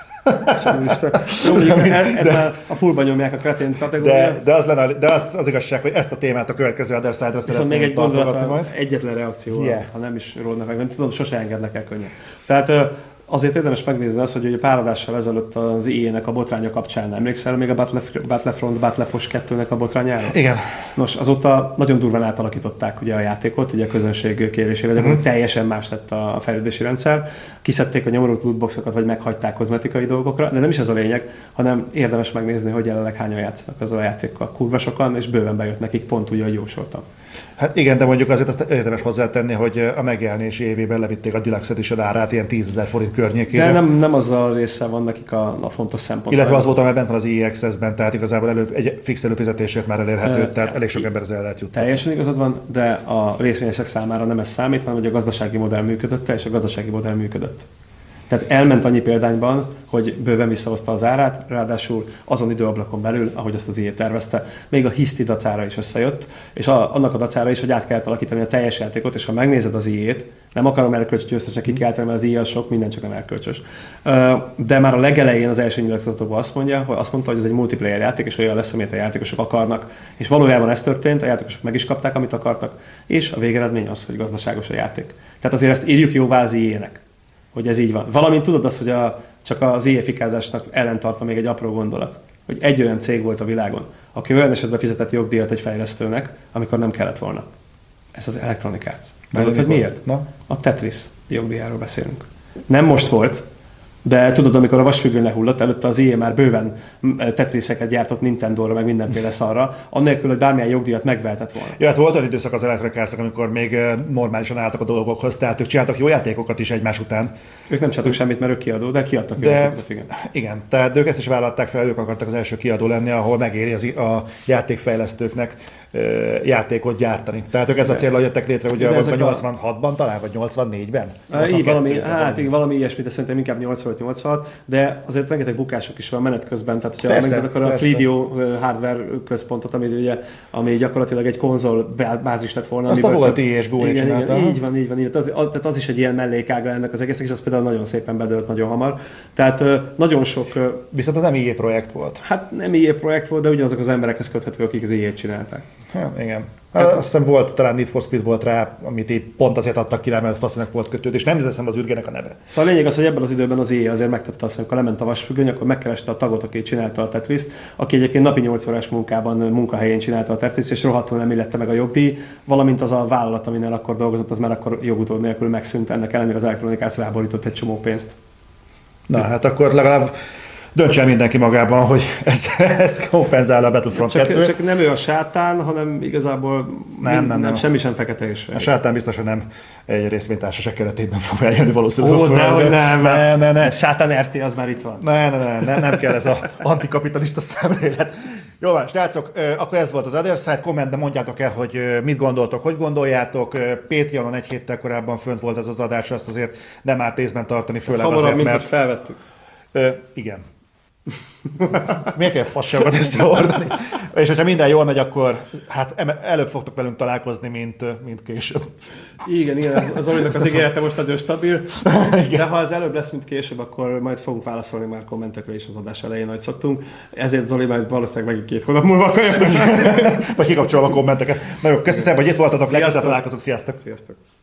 Ez már a fullban nyomják a kretén kategóriát. De az igazság, hogy ezt a témát a következő Other Side-ra szeretném még egy tartogatni majd. Egyetlen reakció, ha nem is ródnak meg, tudom, sose engednek el könnyen. Tehát azért érdemes megnézni azt, hogy pár adással ezelőtt az EA-nek a botránya kapcsán emlékszel még a Battlefront 2-nek a botrányára? Igen. Nos, azóta nagyon durván átalakították ugye a játékot, ugye a közönség kérésére, de teljesen más lett a fejlődési rendszer. Kiszedték a nyomorult lootboxokat, vagy meghagyták kozmetikai dolgokra, de nem is ez a lényeg, hanem érdemes megnézni, hogy jelenleg hányan játszanak azzal a játékkal. Kurva sokan, és bőven bejött nekik, pont úgy, ahogy jósoltam. Hát igen, de mondjuk azért azt érdemes hozzátenni, hogy a megjelenési évében levitték a Deluxe Edition árát ilyen 10 000 forint környékére. De nem azzal a résszel van nekik a fontos szempont. Illetve az volt, amely bent van az EA Access-ben, tehát igazából egy fix előfizetésért már elérhető, tehát elég sok ember az el lehet jutni. Teljesen igazad van, de a részvényesek számára nem ez számít, hanem hogy a gazdasági modell működött, és a gazdasági modell működött. Tehát elment annyi példányban, hogy bőven visszahozta az árát, ráadásul azon időablakon belül, ahogy azt az EA tervezte, még a hiszti dacára is összejött, és annak a dacára is, hogy át kellett alakítani a teljes játékot, és ha megnézed az EA-t, nem akarom erkölcsös győztesnek kikiáltani, mert az EA sok, minden csak nem erkölcsös. De már a legelején az első nyilatkozatokban azt mondta, hogy ez egy multiplayer játék, és olyan lesz, amit a játékosok akarnak. És valójában ez történt, a játékosok meg is kapták, amit akartak, és a végeredmény az, hogy gazdaságos a játék. Tehát azért ezt írjuk jóvá az EA-nek, hogy ez így van. Valamint tudod azt, hogy csak az EA fikázásnak ellentartva még egy apró gondolat, hogy egy olyan cég volt a világon, aki olyan esetben fizetett jogdíjat egy fejlesztőnek, amikor nem kellett volna. Ez az Electronic Arts. Tudod, hogy miért? Na? A Tetris jogdíjáról beszélünk. Nem most volt, de tudod, amikor a vasfüggöny lehullott, előtte az EA már bőven Tetriseket gyártott Nintendóra, meg mindenféle szarra, annélkül, hogy bármilyen jogdíjat megvehetett volna. Ja, hát volt olyan időszak az Electronic Arts-nak, amikor még normálisan álltak a dolgokhoz, tehát ők csináltak jó játékokat is egymás után. Ők nem csináltak semmit, mert ők kiadó, de kiadtak jó játékokat, igen. Igen, tehát ők ezt is vállalták fel, ők akartak az első kiadó lenni, ahol megéri a játékfejlesztőknek játékot gyártani. Tehát ők ez a célra jöttek létre, ugye 86-ban talán, vagy 84-ben? Valami ilyesmit, szerintem inkább 85-86, de azért rengeteg bukások is van menet közben, tehát ha megnézed akkor a FreeDio hardware központot, ami gyakorlatilag egy konzol bázis lett volna. Azt a volt és Góri csinálta. Így van. Tehát az is egy ilyen mellékága ennek az egésznek, és az például nagyon szépen bedőlt nagyon hamar. Tehát nagyon sok... Viszont az nem EA projekt volt. Hát nem EA projekt volt, de ugyanazok az emberekhez köthető, akik az EA-t csinálták. Hát, igen. Azt hiszem volt, talán Need for Speed volt rá, amit így pont azért adtak ki, mert faszinak volt kötődés. Nem teszem az űrgének a neve. Szóval a lényeg az, hogy ebben az időben az EA azért megtette azt, hogy amikor lement a vasfüggöny, akkor megkereste a tagot, aki csinálta a Tetriszt, aki egyébként napi 8 órás munkában, munkahelyén csinálta a Tetriszt, és rohadtul nem illette meg a jogdíj, valamint az a vállalat, aminél akkor dolgozott, az már akkor jogutód nélkül megszűnt, ennek ellenére az Electronic Arts ráborított egy csomó pénzt. Na, hát akkor legalább döntse el mindenki magában, hogy ez kompenzál a Battlefront 2. Csak nem ő a sátán, hanem igazából nem semmi sem fekete és fehér. A sátán biztos, hogy nem egy részvénytársaság keretében fog eljönni valószínűleg. Nem. Sátán RT az már itt van. Nem kell ez az antikapitalista szemlélet. Jó van, srácok, akkor ez volt az Other Side. Kommentben mondjátok el, hogy mit gondoltok, hogy gondoljátok. Patreonon egy héttel korábban fönt volt ez az adás, azt azért nem árt észben tartani, főleg azért, mint hogy felvettük. Igen. Miért kell fasságokat összeordani? És hogyha minden jól megy, akkor hát előbb fogtok velünk találkozni, mint később. Igen, az Zolinak az ígérete most nagyon stabil, de ha ez előbb lesz, mint később, akkor majd fogunk válaszolni már kommentekre is az adás elején, ahogy szoktunk. Ezért Zoli majd valószínűleg megint 2 hónap múlva akarja. Vagy kikapcsolom a kommenteket. Na jó, köszönöm, hogy itt voltatok, legközelebb találkozunk, sziasztok! Sziasztok!